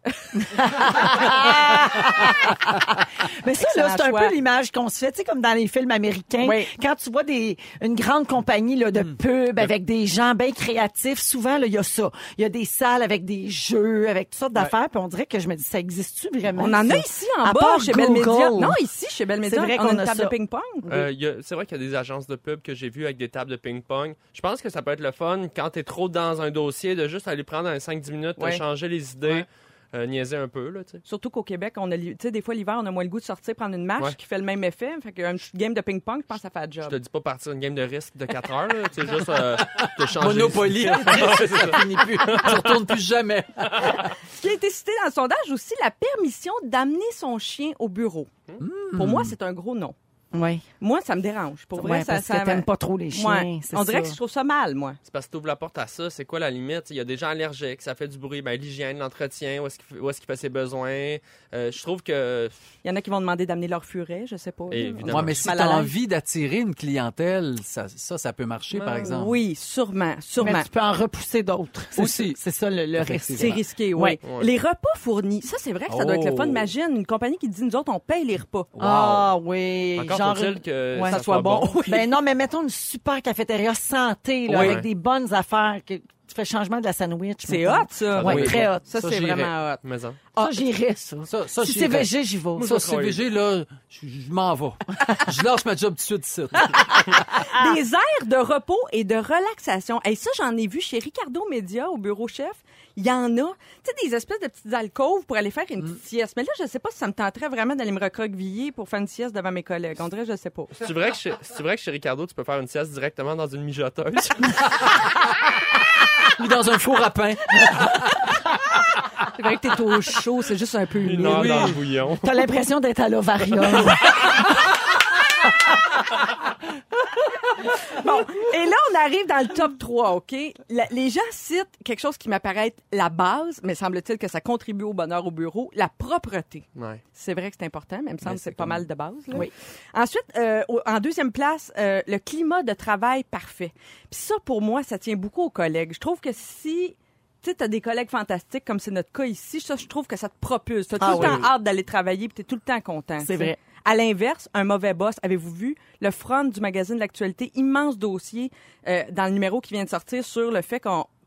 Speaker 3: Mais ça,
Speaker 2: Excellent
Speaker 3: là, c'est un
Speaker 2: choix.
Speaker 3: peu l'image qu'on se fait, tu sais, comme dans les films américains.
Speaker 2: Oui.
Speaker 3: Quand tu vois des, une grande compagnie là, de pub avec des gens bien créatifs, souvent, là, il y a ça. Il y a des salles avec des jeux, avec toutes sortes d'affaires, puis on dirait que je me dis, ça existe-tu vraiment?
Speaker 2: On en
Speaker 3: ça?
Speaker 2: a ici en
Speaker 3: À
Speaker 2: bas,
Speaker 3: part
Speaker 2: chez Belle
Speaker 3: Google.
Speaker 2: Média. Non, ici, chez Belle Média,
Speaker 3: C'est vrai
Speaker 2: on a
Speaker 3: qu'on
Speaker 2: une
Speaker 3: a
Speaker 2: table
Speaker 3: ça.
Speaker 2: de ping-pong.
Speaker 4: Euh, il y a- c'est vrai qu'il y a des agences de pub que j'ai vues avec des tables de ping-pong. Je pense que ça peut être le fun quand t'es trop dans un dossier de juste aller prendre un cinq dix minutes,
Speaker 2: Ouais.
Speaker 4: changer les idées,
Speaker 5: Ouais.
Speaker 4: euh, niaiser un peu. Là, tu sais.
Speaker 2: Surtout qu'au Québec, on a, li- tu sais, des fois, l'hiver, on a moins le goût de sortir, prendre une marche
Speaker 4: Ouais.
Speaker 2: qui fait le même effet. Fait qu'un petit game de ping-pong, je pense que ça fait le
Speaker 4: Je
Speaker 2: job.
Speaker 4: te dis pas partir une game de risque de quatre heures. Là, tu sais, juste euh, te changer.
Speaker 5: Monopoly. ça finit plus. Tu retournes plus jamais.
Speaker 2: Ce qui a été cité dans le sondage aussi, la permission d'amener son chien au bureau. Pour moi, c'est un gros non.
Speaker 3: Oui.
Speaker 2: Moi, ça me dérange. Pour vrai,
Speaker 3: Ouais,
Speaker 2: ça,
Speaker 3: parce
Speaker 2: ça
Speaker 3: que t'aimes pas trop les chiens,
Speaker 2: Ouais.
Speaker 3: c'est
Speaker 2: On dirait
Speaker 3: ça.
Speaker 2: que je trouve ça mal, moi.
Speaker 4: C'est parce que tu ouvres la porte à ça. C'est quoi la limite? Il y a des gens allergiques, ça fait du bruit. Ben, l'hygiène, l'entretien, où est-ce qu'il fait, où est-ce qu'il fait ses besoins. Euh, je trouve que.
Speaker 2: Il y en a qui vont demander d'amener leur furet, je sais pas.
Speaker 4: Et
Speaker 2: là.
Speaker 4: évidemment.
Speaker 5: Ouais, mais
Speaker 2: Je suis
Speaker 5: si
Speaker 2: mal
Speaker 5: tu
Speaker 2: à
Speaker 5: as
Speaker 2: l'aise.
Speaker 5: envie d'attirer une clientèle, ça, ça, ça peut marcher, par
Speaker 4: Ouais.
Speaker 5: exemple.
Speaker 2: Oui, sûrement, sûrement.
Speaker 3: Mais tu peux en repousser d'autres. C'est
Speaker 5: Aussi.
Speaker 3: ça- C'est ça le, le risque.
Speaker 5: Effectivement.
Speaker 2: C'est risqué, oui.
Speaker 3: Ouais.
Speaker 4: Ouais.
Speaker 2: Les repas fournis, ça, c'est vrai que ça doit être le fun.
Speaker 5: Oh.
Speaker 2: Imagine une compagnie qui dit, nous autres, on paye les repas.
Speaker 3: Ah oui.
Speaker 4: Encore
Speaker 3: genre
Speaker 4: faut-il
Speaker 3: une-
Speaker 4: que
Speaker 3: Ouais.
Speaker 4: ça,
Speaker 2: Ça soit bon. Oui.
Speaker 3: Ben non, mais mettons une super cafétéria santé, là,
Speaker 4: Oui.
Speaker 3: avec des bonnes affaires. Que tu fais changement de la sandwich.
Speaker 2: C'est
Speaker 3: mettons.
Speaker 2: hot, ça.
Speaker 3: Ouais,
Speaker 5: Oui.
Speaker 3: très hot.
Speaker 2: Ça,
Speaker 5: Ça,
Speaker 2: c'est
Speaker 5: j'irais.
Speaker 2: vraiment hot.
Speaker 4: Mais en.
Speaker 3: Ça, j'irais, ça.
Speaker 5: Ça, ça,
Speaker 3: si c'est
Speaker 5: j'irais.
Speaker 3: végé, j'y vais.
Speaker 5: Ça, c'est végé, là, je, je m'en vais. je lâche ma job tout de suite, ici.
Speaker 2: Des aires de repos et de relaxation. Et ça, j'en ai vu chez Ricardo Média, au bureau chef. Il y en a. Tu sais, des espèces de petites alcôves pour aller faire une petite sieste. Mais là, je sais pas si ça me tenterait vraiment d'aller me recroqueviller pour faire une sieste devant mes collègues. On dirait, je sais pas.
Speaker 4: C'est vrai que chez, c'est vrai que chez Ricardo, tu peux faire une sieste directement dans une mijoteuse.
Speaker 5: Ou dans un four à pain.
Speaker 2: C'est vrai que t'es au chaud, c'est juste un peu humide.
Speaker 4: Une heure
Speaker 5: Oui.
Speaker 4: dans le bouillon.
Speaker 3: T'as l'impression d'être à l'ovarium.
Speaker 2: Bon, et là, on arrive dans le top trois, OK? La- les gens citent quelque chose qui m'apparaît être la base, mais semble-t-il que ça contribue au bonheur au bureau, la propreté.
Speaker 4: Ouais.
Speaker 2: C'est vrai que c'est important, mais il me semble
Speaker 5: Ben,
Speaker 2: que c'est
Speaker 5: c'est
Speaker 2: pas
Speaker 5: comme-
Speaker 2: mal de base. Là.
Speaker 3: Oui.
Speaker 2: Ensuite, euh, au- en deuxième place, euh, le climat de travail parfait. Puis ça, pour moi, ça tient beaucoup aux collègues. Je trouve que si... Tu sais, t'as des collègues fantastiques, comme c'est notre cas ici, ça, je trouve que ça te propulse. T'as tout
Speaker 3: Ah
Speaker 2: le
Speaker 3: oui.
Speaker 2: temps hâte d'aller travailler, puis t'es tout le temps content.
Speaker 3: C'est
Speaker 2: tu sais.
Speaker 3: vrai.
Speaker 2: À l'inverse, un mauvais boss, avez-vous vu le front du magazine de l'actualité, immense dossier euh, dans le numéro qui vient de sortir sur le fait qu'on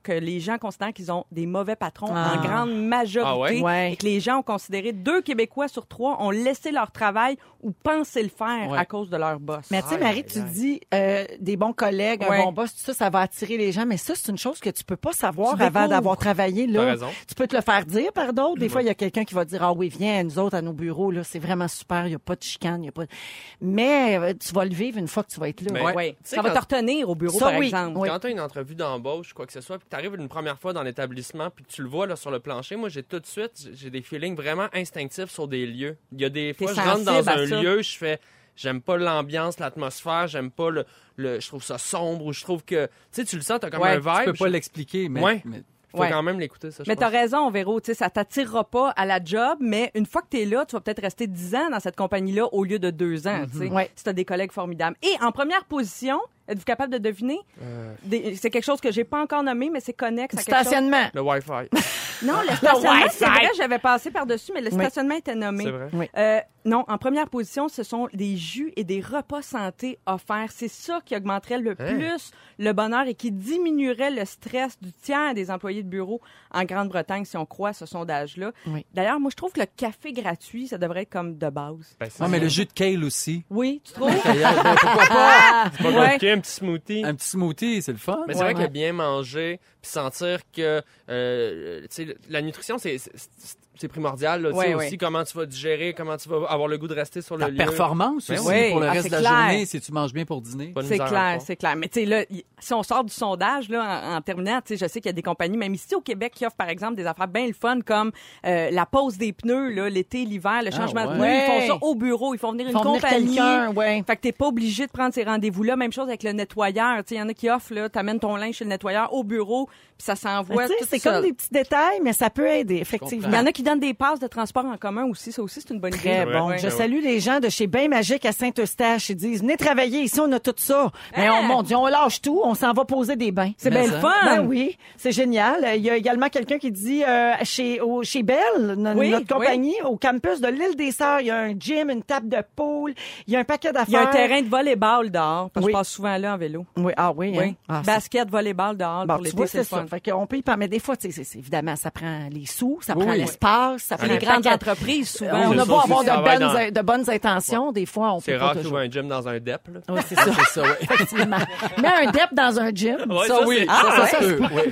Speaker 2: que les gens considèrent qu'ils ont des mauvais patrons
Speaker 3: Ah.
Speaker 2: en grande majorité.
Speaker 4: Ah ouais?
Speaker 3: Ouais.
Speaker 2: Et que les gens ont considéré deux Québécois sur trois ont laissé leur travail ou pensé le faire
Speaker 5: Ouais.
Speaker 2: à cause de leur boss.
Speaker 3: Mais tu sais,
Speaker 4: Aïe,
Speaker 3: Marie,
Speaker 4: aïe,
Speaker 3: tu
Speaker 4: aïe.
Speaker 3: dis euh, des bons collègues,
Speaker 2: Ouais.
Speaker 3: un bon boss, tout ça, ça va attirer les gens. Mais ça, c'est une chose que tu peux pas savoir
Speaker 2: Tu
Speaker 3: avant
Speaker 2: découvres.
Speaker 3: d'avoir travaillé
Speaker 4: T'as
Speaker 3: là.
Speaker 4: raison.
Speaker 3: Tu peux te le faire dire par d'autres. Des fois, il y a quelqu'un qui va dire, ah oui, viens, nous autres, à nos bureaux, là, c'est vraiment super, il n'y a pas de chicane, il y a pas de... Mais euh, tu vas le vivre une fois que tu vas être là.
Speaker 4: Mais-
Speaker 2: Ouais.
Speaker 4: Ouais. Tu sais,
Speaker 2: Ça va
Speaker 4: quand-
Speaker 2: te retenir au bureau,
Speaker 3: Ça,
Speaker 2: par
Speaker 3: oui.
Speaker 2: exemple.
Speaker 3: Oui.
Speaker 4: Quand tu as une entrevue d'embauche, quoi que ce soit, puis que tu arrives une première fois dans l'établissement, puis que tu le vois là, sur le plancher, moi, j'ai tout de suite, j'ai des feelings vraiment instinctifs sur des lieux. Il y a des
Speaker 2: T'es
Speaker 4: fois, je rentre dans
Speaker 2: sensible à
Speaker 4: un
Speaker 2: ça.
Speaker 4: lieu, je fais, j'aime pas l'ambiance, l'atmosphère, j'aime pas le, le, je trouve ça sombre, ou je trouve que, tu sais, tu le sens, t'as comme
Speaker 2: Ouais,
Speaker 4: un
Speaker 2: tu
Speaker 4: vibe.
Speaker 5: Tu peux pas
Speaker 4: je-
Speaker 5: l'expliquer, mais,
Speaker 4: Ouais.
Speaker 5: mais
Speaker 4: Faut
Speaker 2: Ouais.
Speaker 4: quand même l'écouter, ça, je
Speaker 2: Mais
Speaker 4: pense.
Speaker 2: t'as raison, Véro, tu sais, ça t'attirera pas à la job, mais une fois que t'es là, tu vas peut-être rester dix ans dans cette compagnie-là au lieu de deux ans, tu sais,
Speaker 3: Ouais.
Speaker 2: si t'as des collègues formidables. Et en première position, êtes-vous capable de deviner?
Speaker 4: Euh,
Speaker 2: Des- c'est quelque chose que j'ai pas encore nommé, mais c'est connexe
Speaker 3: Du
Speaker 2: à quelque chose.
Speaker 3: stationnement.
Speaker 4: Le Wi-Fi.
Speaker 2: Non, le stationnement,
Speaker 3: Wi-Fi.
Speaker 2: c'est vrai, j'avais passé par-dessus, mais le
Speaker 3: Oui.
Speaker 2: stationnement était nommé.
Speaker 4: C'est vrai.
Speaker 3: Oui.
Speaker 2: Euh, non, en première position, ce sont des jus et des repas santé offerts. C'est ça qui augmenterait le
Speaker 4: Hein?
Speaker 2: plus le bonheur et qui diminuerait le stress du tiers des employés de bureau en Grande-Bretagne, si on croit à ce sondage-là.
Speaker 3: Oui.
Speaker 2: D'ailleurs, moi, je trouve que le café gratuit, ça devrait être comme de base.
Speaker 4: Ben, c'est
Speaker 5: Non, mais
Speaker 4: ça.
Speaker 5: le jus de kale aussi.
Speaker 2: Oui, tu trouves?
Speaker 5: D'ailleurs, ben, pourquoi pas?
Speaker 4: C'est pas
Speaker 2: Ouais.
Speaker 4: compliqué, un petit smoothie.
Speaker 5: Un petit smoothie, c'est le fun.
Speaker 4: Mais c'est vrai que bien manger, puis sentir que euh, tu sais, la nutrition, c'est c'est- c'est- c'est primordial. Là, tu sais,
Speaker 2: Ouais,
Speaker 4: aussi,
Speaker 2: ouais.
Speaker 4: comment tu vas digérer, comment tu vas avoir le goût de rester sur
Speaker 5: Ta
Speaker 4: le lieu.
Speaker 5: performance
Speaker 4: Ben
Speaker 5: aussi
Speaker 2: oui.
Speaker 5: pour le
Speaker 2: Ah,
Speaker 5: reste
Speaker 2: c'est
Speaker 5: de la
Speaker 2: clair.
Speaker 5: journée si tu manges bien pour dîner.
Speaker 4: Pas de
Speaker 2: C'est
Speaker 4: misère à
Speaker 2: clair,
Speaker 4: le
Speaker 2: c'est clair. Mais tu sais, là, y- si on sort du sondage, là, en, en terminant, tu sais, je sais qu'il y a des compagnies, même ici au Québec, qui offrent, par exemple, des affaires bien le fun, comme euh, la pause des pneus, là, l'été, l'hiver, le
Speaker 5: Ah,
Speaker 2: changement de
Speaker 5: ouais.
Speaker 2: pneus. Ils
Speaker 3: Ouais.
Speaker 2: font ça au bureau. Ils font venir
Speaker 3: Ils
Speaker 2: une
Speaker 3: font venir
Speaker 2: compagnie.
Speaker 3: quelqu'un, ouais.
Speaker 2: Fait que t'es pas obligé de prendre ces rendez-vous-là. Même chose avec le nettoyeur. Tu sais, il y en a qui offrent, là, t'amènes ton linge chez le nettoyeur au bureau, puis ça s'envoie
Speaker 3: Mais tu sais,
Speaker 2: tout
Speaker 3: c'est
Speaker 2: seul.
Speaker 3: comme des petits détails, mais ça peut aider, effectivement.
Speaker 2: Il y en a qui donnent des passes de transport en commun aussi. Ça aussi, c'est une bonne idée.
Speaker 3: Très
Speaker 4: vrai,
Speaker 3: bon.
Speaker 4: ouais.
Speaker 3: Je
Speaker 4: Ouais.
Speaker 3: salue les gens de chez Bain Magique à Saint-Eustache. Ils disent, venez travailler ici, on a tout ça. Mais
Speaker 2: Ah!
Speaker 3: on, mon Dieu, on lâche tout, on s'en va poser des bains.
Speaker 2: C'est
Speaker 5: Mais
Speaker 2: bien le
Speaker 5: ça.
Speaker 2: fun.
Speaker 3: Ben oui, c'est génial. Il y a également quelqu'un qui dit euh, chez au, chez Belle, no-
Speaker 2: Oui,
Speaker 3: notre compagnie, au campus de l'île des Sœurs, il y a un gym, une table de pool, il y a un paquet d'affaires.
Speaker 2: Il y a un terrain de volleyball dehors, parce que
Speaker 3: Oui.
Speaker 2: je passe souvent là en vélo.
Speaker 3: Oui, ah oui.
Speaker 2: Oui.
Speaker 3: Hein? Ah, c'est-
Speaker 2: Basket, volleyball dehors
Speaker 3: Bon,
Speaker 2: pour
Speaker 3: tu
Speaker 2: l'été,
Speaker 3: vois,
Speaker 2: c'est
Speaker 3: c'est
Speaker 2: le
Speaker 3: ça.
Speaker 2: fun.
Speaker 3: Fait qu'on peut y parler. Mais des fois, tu sais, c'est- c'est- évidemment, ça prend les sous, ça
Speaker 5: Oui,
Speaker 3: prend
Speaker 5: oui.
Speaker 3: l'espace, ça prend
Speaker 2: Les
Speaker 3: un
Speaker 2: grandes
Speaker 3: paquet-
Speaker 2: entreprises, souvent.
Speaker 3: on
Speaker 4: c'est
Speaker 3: a
Speaker 4: ça
Speaker 3: beau
Speaker 4: aussi,
Speaker 3: avoir
Speaker 4: tu
Speaker 3: de
Speaker 4: travailles
Speaker 3: bonnes,
Speaker 4: dans-
Speaker 3: de bonnes intentions, des fois, on
Speaker 4: C'est
Speaker 3: peut
Speaker 4: rare
Speaker 3: pas
Speaker 4: de
Speaker 3: toujours.
Speaker 4: trouver un gym dans un D E P. Là.
Speaker 3: Oui, c'est ça.
Speaker 5: C'est ça, oui.
Speaker 3: Effectivement. Mais un dep dans un gym.
Speaker 4: Ouais,
Speaker 5: Ça,
Speaker 4: ça,
Speaker 5: oui,
Speaker 4: c'est-
Speaker 5: ça,
Speaker 3: Ah,
Speaker 5: ça
Speaker 3: ouais.
Speaker 5: se peut. Oui.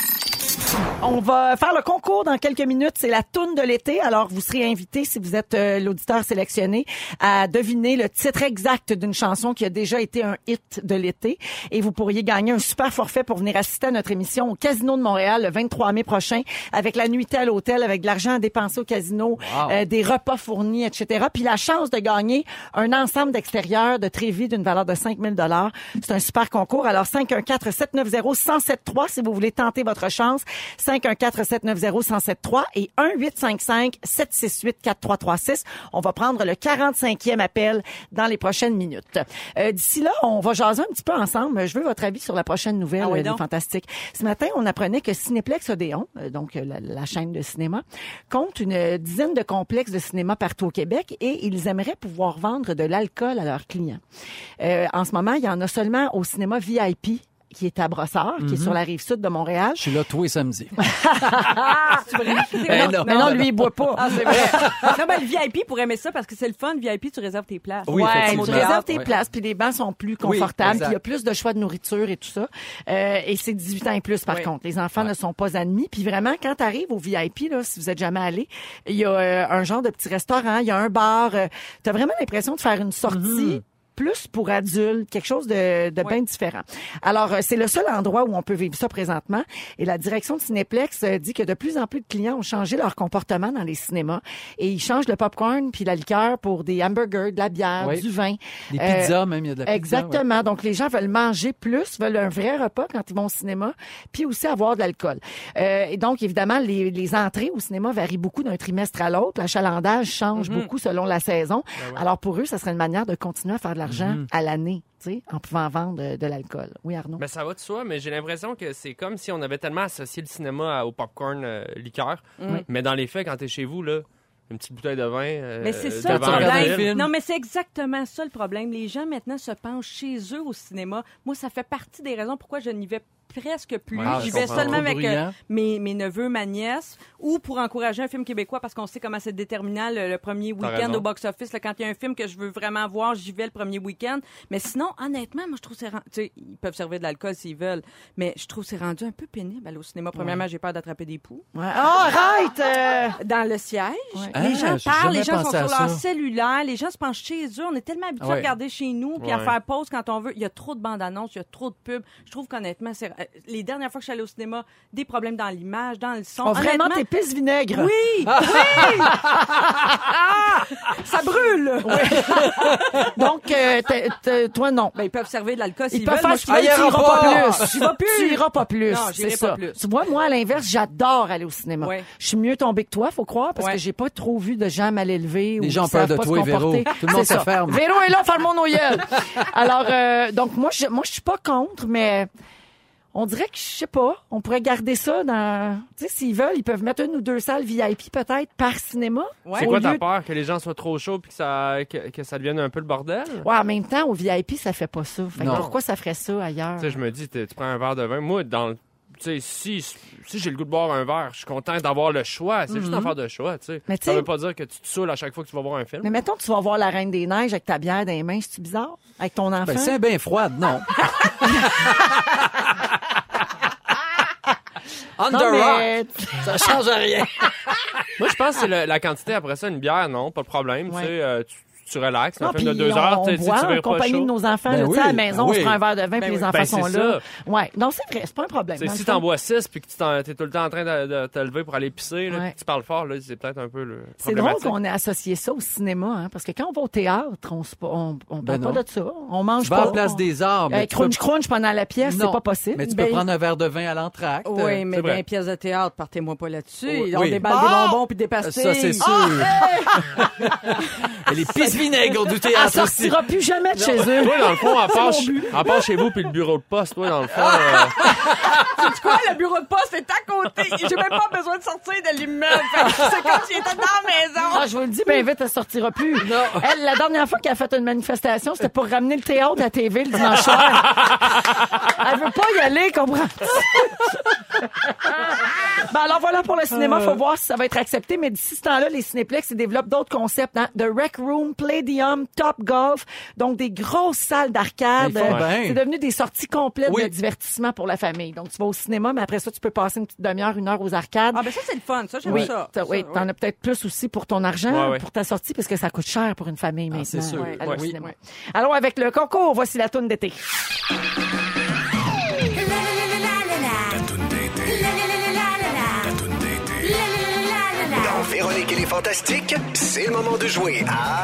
Speaker 3: On va faire le concours dans quelques minutes. C'est la toune de l'été. Alors, vous serez invité, si vous êtes euh, l'auditeur sélectionné, à deviner le titre exact d'une chanson qui a déjà été un hit de l'été. Et vous pourriez gagner un super forfait pour venir assister à notre émission au Casino de Montréal le vingt-trois mai prochain, avec la nuitée à l'hôtel, avec de l'argent à dépenser au casino,
Speaker 5: Wow.
Speaker 3: euh, des repas fournis, et cetera. Puis la chance de gagner un ensemble d'extérieur de Trévis d'une valeur de cinq mille dollars. C'est un super concours. Alors, cinq un quatre, sept neuf zéro, un zéro sept trois si vous voulez tenter votre chance. cinq un quatre, sept neuf zéro, un zéro sept trois et un huit cinq cinq, sept six huit, quatre trois trois six. On va prendre le quarante-cinquième appel dans les prochaines minutes. Euh, d'ici là, on va jaser un petit peu ensemble. Je veux votre avis sur la prochaine nouvelle,
Speaker 2: Ah oui,
Speaker 3: euh, des
Speaker 2: donc.
Speaker 3: Fantastiques. Ce matin, on apprenait que Cinéplex Odéon, euh, donc euh, la, la chaîne de cinéma, compte une dizaine de complexes de cinéma partout au Québec et ils aimeraient pouvoir vendre de l'alcool à leurs clients. Euh, en ce moment, il y en a seulement au cinéma V I P qui est à Brossard, qui est sur la rive sud de Montréal.
Speaker 5: Je suis là tous les samedis.
Speaker 2: C'est vrai?
Speaker 5: Ben
Speaker 2: non,
Speaker 5: non.
Speaker 3: Mais non, lui, il boit pas.
Speaker 2: Ah, c'est vrai. non, ben, le V I P pour aimer ça parce que c'est le fun. V I P, tu réserves tes places.
Speaker 5: Oui,
Speaker 3: Ouais, tu
Speaker 5: effectivement.
Speaker 3: réserves tes
Speaker 5: Ouais.
Speaker 3: places, puis les bancs sont plus
Speaker 5: Oui,
Speaker 3: confortables,
Speaker 5: exact.
Speaker 3: puis il y a plus de choix de nourriture et tout ça. Euh, et c'est dix-huit ans et plus, par
Speaker 2: Oui.
Speaker 3: contre. Les enfants ne sont pas admis. Puis vraiment, quand tu arrives au V I P, là, si vous êtes jamais allé, il y a euh, un genre de petit restaurant, il y a un bar. Euh, tu as vraiment l'impression de faire une sortie plus pour adultes, quelque chose de, de bien différent. Alors, euh, c'est le seul endroit où on peut vivre ça présentement. Et la direction de Cinéplex euh, dit que de plus en plus de clients ont changé leur comportement dans les cinémas et ils changent le popcorn puis la liqueur pour des hamburgers, de la bière,
Speaker 5: Oui.
Speaker 3: du vin.
Speaker 5: Les
Speaker 3: Euh,
Speaker 5: pizzas, même, il y a de la pizza.
Speaker 3: Exactement. Donc, les gens veulent manger plus, veulent un vrai repas quand ils vont au cinéma, puis aussi avoir de l'alcool. Euh, et donc, évidemment, les, les entrées au cinéma varient beaucoup d'un trimestre à l'autre. L'achalandage change beaucoup selon la saison. Alors, pour eux, ça serait une manière de continuer à faire de l'argent à l'année, tu sais, en pouvant vendre de, de l'alcool. Oui, Arnaud?
Speaker 4: Ben, ça va de soi, mais j'ai l'impression que c'est comme si on avait tellement associé le cinéma à- au popcorn euh, liqueur. Mais dans les faits, quand t'es chez vous, là, une petite bouteille de vin. euh,
Speaker 2: Mais c'est ça le
Speaker 4: devant un
Speaker 5: regardes un
Speaker 2: problème.
Speaker 5: film.
Speaker 2: Non, mais c'est exactement ça le problème. Les gens maintenant se penchent chez eux au cinéma. Moi, ça fait partie des raisons pourquoi je n'y vais presque plus.
Speaker 5: Ah,
Speaker 2: J'y
Speaker 5: je
Speaker 2: vais
Speaker 5: comprends.
Speaker 2: seulement
Speaker 5: Trop
Speaker 2: avec euh,
Speaker 5: bruyant.
Speaker 2: mes, mes neveux, ma nièce, ou pour encourager un film québécois parce qu'on sait comment c'est déterminant le, le premier week-end
Speaker 4: raison.
Speaker 2: au box-office. Là, quand il y a un film que je veux vraiment voir, j'y vais le premier week-end. Mais sinon, honnêtement, moi, je trouve que c'est... ren- Tu sais, ils peuvent servir de l'alcool s'ils veulent, mais je trouve que c'est rendu un peu pénible aller au cinéma. Premièrement, j'ai peur d'attraper des poux.
Speaker 3: Ouais. Oh, arrête! euh.
Speaker 2: Dans le siège,
Speaker 5: Ah,
Speaker 2: les gens
Speaker 5: j'ai
Speaker 2: parlent, les
Speaker 5: jamais
Speaker 2: gens sont
Speaker 5: pensé
Speaker 2: sur
Speaker 5: à
Speaker 2: leur
Speaker 5: ça.
Speaker 2: cellulaire, les gens se penchent chez eux. On est tellement habitués
Speaker 5: Ouais.
Speaker 2: à regarder chez nous puis à
Speaker 4: Ouais.
Speaker 2: faire pause quand on veut. Il y a trop de bandes annonces, il y a trop de pubs. Je trouve qu'honnêtement, c'est... euh, les dernières fois que je suis allée au cinéma, des problèmes dans l'image, dans le son.
Speaker 3: Oh, vraiment,
Speaker 2: Honnêtement,
Speaker 3: t'épices vinaigre.
Speaker 2: oui, oui! Ça brûle!
Speaker 3: Donc, euh, t'es- t'es- toi, non.
Speaker 2: Ben, ils peuvent servir de l'alcool
Speaker 3: Ils
Speaker 2: s'ils
Speaker 3: peuvent
Speaker 2: veulent.
Speaker 3: faire
Speaker 2: Moi,
Speaker 3: ce
Speaker 2: je
Speaker 3: qu'ils
Speaker 2: suis-
Speaker 3: veulent, tu iras pas plus.
Speaker 2: J'y vais plus.
Speaker 3: Tu iras pas plus.
Speaker 2: Non, j'irai
Speaker 3: c'est
Speaker 2: pas
Speaker 3: ça.
Speaker 2: plus.
Speaker 3: Tu vois, moi, à l'inverse, j'adore aller au cinéma.
Speaker 2: Ouais.
Speaker 3: Je suis mieux tombée que toi, faut croire, parce
Speaker 2: Ouais.
Speaker 3: que j'ai pas trop vu de gens mal élevés.
Speaker 5: Les
Speaker 3: ou
Speaker 5: gens ont
Speaker 3: qui
Speaker 5: peur
Speaker 3: savent
Speaker 5: de
Speaker 3: pas
Speaker 5: toi,
Speaker 3: se
Speaker 5: Véro.
Speaker 3: comporter.
Speaker 5: Tout le monde
Speaker 3: C'est
Speaker 5: se
Speaker 3: ça.
Speaker 5: ferme.
Speaker 3: Véro est là, faire le monde au gueule. Alors, euh, donc, moi, je, moi, je suis pas contre, mais on dirait que, je sais pas, on pourrait garder ça dans... Tu sais, s'ils veulent, ils peuvent mettre une ou deux salles V I P, peut-être, par cinéma.
Speaker 4: C'est
Speaker 3: Au
Speaker 4: quoi
Speaker 3: lieu
Speaker 4: ta
Speaker 3: de-
Speaker 4: peur? Que les gens soient trop chauds puis que ça, que, que ça devienne un peu le bordel?
Speaker 3: Ouais, en même temps, au V I P, ça fait pas ça. Fait que
Speaker 5: Non.
Speaker 3: pourquoi ça ferait ça ailleurs?
Speaker 4: Tu sais, je me dis, t'es- tu prends un verre de vin. Moi, dans le- tu sais, si, si j'ai le goût de boire un verre, je suis content d'avoir le choix. C'est juste une affaire de choix, tu sais.
Speaker 3: Mm-hmm. Mais tu
Speaker 4: Ça
Speaker 3: sais-
Speaker 4: veut pas dire que tu te saoules à chaque fois que tu vas voir un film.
Speaker 3: Mais mettons que tu vas voir La Reine des Neiges avec ta bière dans les mains, c'est-tu bizarre? Avec ton enfant?
Speaker 5: Ben, c'est bien froide, non. On
Speaker 3: Non,
Speaker 5: the
Speaker 3: mais-
Speaker 5: rock. Ça change rien.
Speaker 4: Moi, je pense que c'est le- la quantité après ça. Une bière, non, pas de problème.
Speaker 3: Ouais.
Speaker 4: Tu sais, euh, tu, tu relaxes. C'est
Speaker 3: Non,
Speaker 4: un film de
Speaker 3: puis
Speaker 4: deux
Speaker 3: on,
Speaker 4: heures.
Speaker 3: on
Speaker 4: tu sais,
Speaker 3: boit
Speaker 4: tu
Speaker 3: en
Speaker 4: verras pas
Speaker 3: compagnie
Speaker 4: chaud.
Speaker 3: de nos enfants.
Speaker 5: Ben
Speaker 3: là, tu sais,
Speaker 5: oui,
Speaker 3: à la maison, on
Speaker 5: oui.
Speaker 3: se prend un verre de vin
Speaker 2: Ben
Speaker 3: puis les
Speaker 2: oui.
Speaker 3: enfants
Speaker 4: Ben,
Speaker 3: sont
Speaker 4: c'est
Speaker 3: là.
Speaker 4: ça.
Speaker 3: Ouais. Non, c'est vrai, c'est pas un problème.
Speaker 4: Tu sais,
Speaker 3: Dans
Speaker 4: si
Speaker 3: le fond.
Speaker 4: t'en bois six puis que tu t'en- t'es tout le temps en train de, de te lever pour aller pisser, là,
Speaker 3: Ouais.
Speaker 4: puis que tu parles fort, là, c'est peut-être un peu le
Speaker 3: C'est drôle
Speaker 4: problématique.
Speaker 3: qu'on ait associé ça au cinéma, hein, parce que quand on va au théâtre, on se, on, on
Speaker 5: Ben
Speaker 3: parle
Speaker 5: non.
Speaker 3: pas de ça. On mange
Speaker 5: Tu
Speaker 3: pas.
Speaker 5: vas à la place
Speaker 3: on-
Speaker 5: des arts, mais
Speaker 3: Euh,
Speaker 5: tu
Speaker 3: crunch
Speaker 5: peux-
Speaker 3: crunch pendant la pièce, c'est
Speaker 5: Non.
Speaker 3: pas possible.
Speaker 5: Mais tu
Speaker 3: Ben,
Speaker 5: peux prendre un verre de vin à l'entracte.
Speaker 2: Oui, mais
Speaker 4: C'est vrai.
Speaker 2: bien pièces de théâtre, partez-moi pas là-dessus.
Speaker 5: Oui.
Speaker 2: On
Speaker 5: Oui.
Speaker 2: déballe
Speaker 3: Ah!
Speaker 2: des bonbons puis des pastilles.
Speaker 5: Ça, c'est sûr. Et les pistes vinaigres du
Speaker 3: Elle
Speaker 5: théâtre aussi.
Speaker 3: sortira plus jamais de chez eux.
Speaker 4: Toi, dans le fond, à part, à part chez vous puis le bureau de poste, toi, dans le fond, euh,
Speaker 2: Tu quoi, le bureau de poste est à côté. J'ai même pas besoin de sortir de l'immeuble. Fait que C'est comme si j'étais dans la maison.
Speaker 3: Ah, je vous le dis, bien vite, elle sortira plus. Elle, la dernière fois qu'elle a fait une manifestation, c'était pour ramener le théâtre à la T V le dimanche soir. Elle veut pas y aller, comprends? Ben alors voilà pour le cinéma, faut voir si ça va être accepté. Mais d'ici ce temps-là, les Cinéplex ils développent d'autres concepts. Hein? The Rec Room, Palladium, Top Golf, donc des grosses salles d'arcade.
Speaker 5: Ils font
Speaker 3: Euh,
Speaker 5: bien.
Speaker 3: C'est devenu des sorties complètes
Speaker 5: Oui.
Speaker 3: de divertissement pour la famille. Donc tu vas au cinéma, mais après ça, tu peux passer une petite demi-heure, une heure aux arcades.
Speaker 2: Ah, ben ça, c'est le fun. Ça, j'aime
Speaker 3: Oui,
Speaker 2: ça.
Speaker 3: t'as- oui,
Speaker 2: Ça,
Speaker 3: t'en as peut-être plus aussi pour ton argent,
Speaker 4: Ouais, ouais.
Speaker 3: pour ta sortie, parce que ça coûte cher pour une famille maintenant.
Speaker 5: c'est sûr.
Speaker 3: aller au
Speaker 4: Ouais.
Speaker 3: cinéma.
Speaker 2: Oui.
Speaker 3: Alors, avec le concours, voici la toune d'été.
Speaker 1: Dans Véronique et les Fantastiques, c'est le moment de jouer à...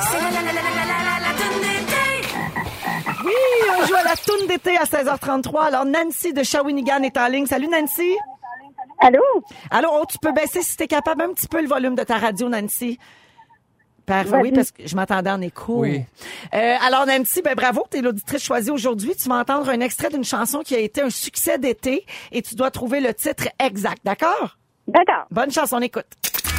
Speaker 3: Oui, on joue à la toune d'été à seize heures trente-trois. Alors, Nancy de Shawinigan est en ligne. Salut, Nancy.
Speaker 7: Allô?
Speaker 3: Allô, oh, tu peux baisser, si t'es capable, un petit peu le volume de ta radio, Nancy. Parfait,
Speaker 7: Vas-y.
Speaker 3: oui, parce que je m'attendais en écho.
Speaker 5: Oui.
Speaker 3: Euh, alors, Nancy, ben bravo, t'es l'auditrice choisie aujourd'hui. Tu vas entendre un extrait d'une chanson qui a été un succès d'été et tu dois trouver le titre exact, d'accord?
Speaker 7: D'accord.
Speaker 3: Bonne chance, on écoute.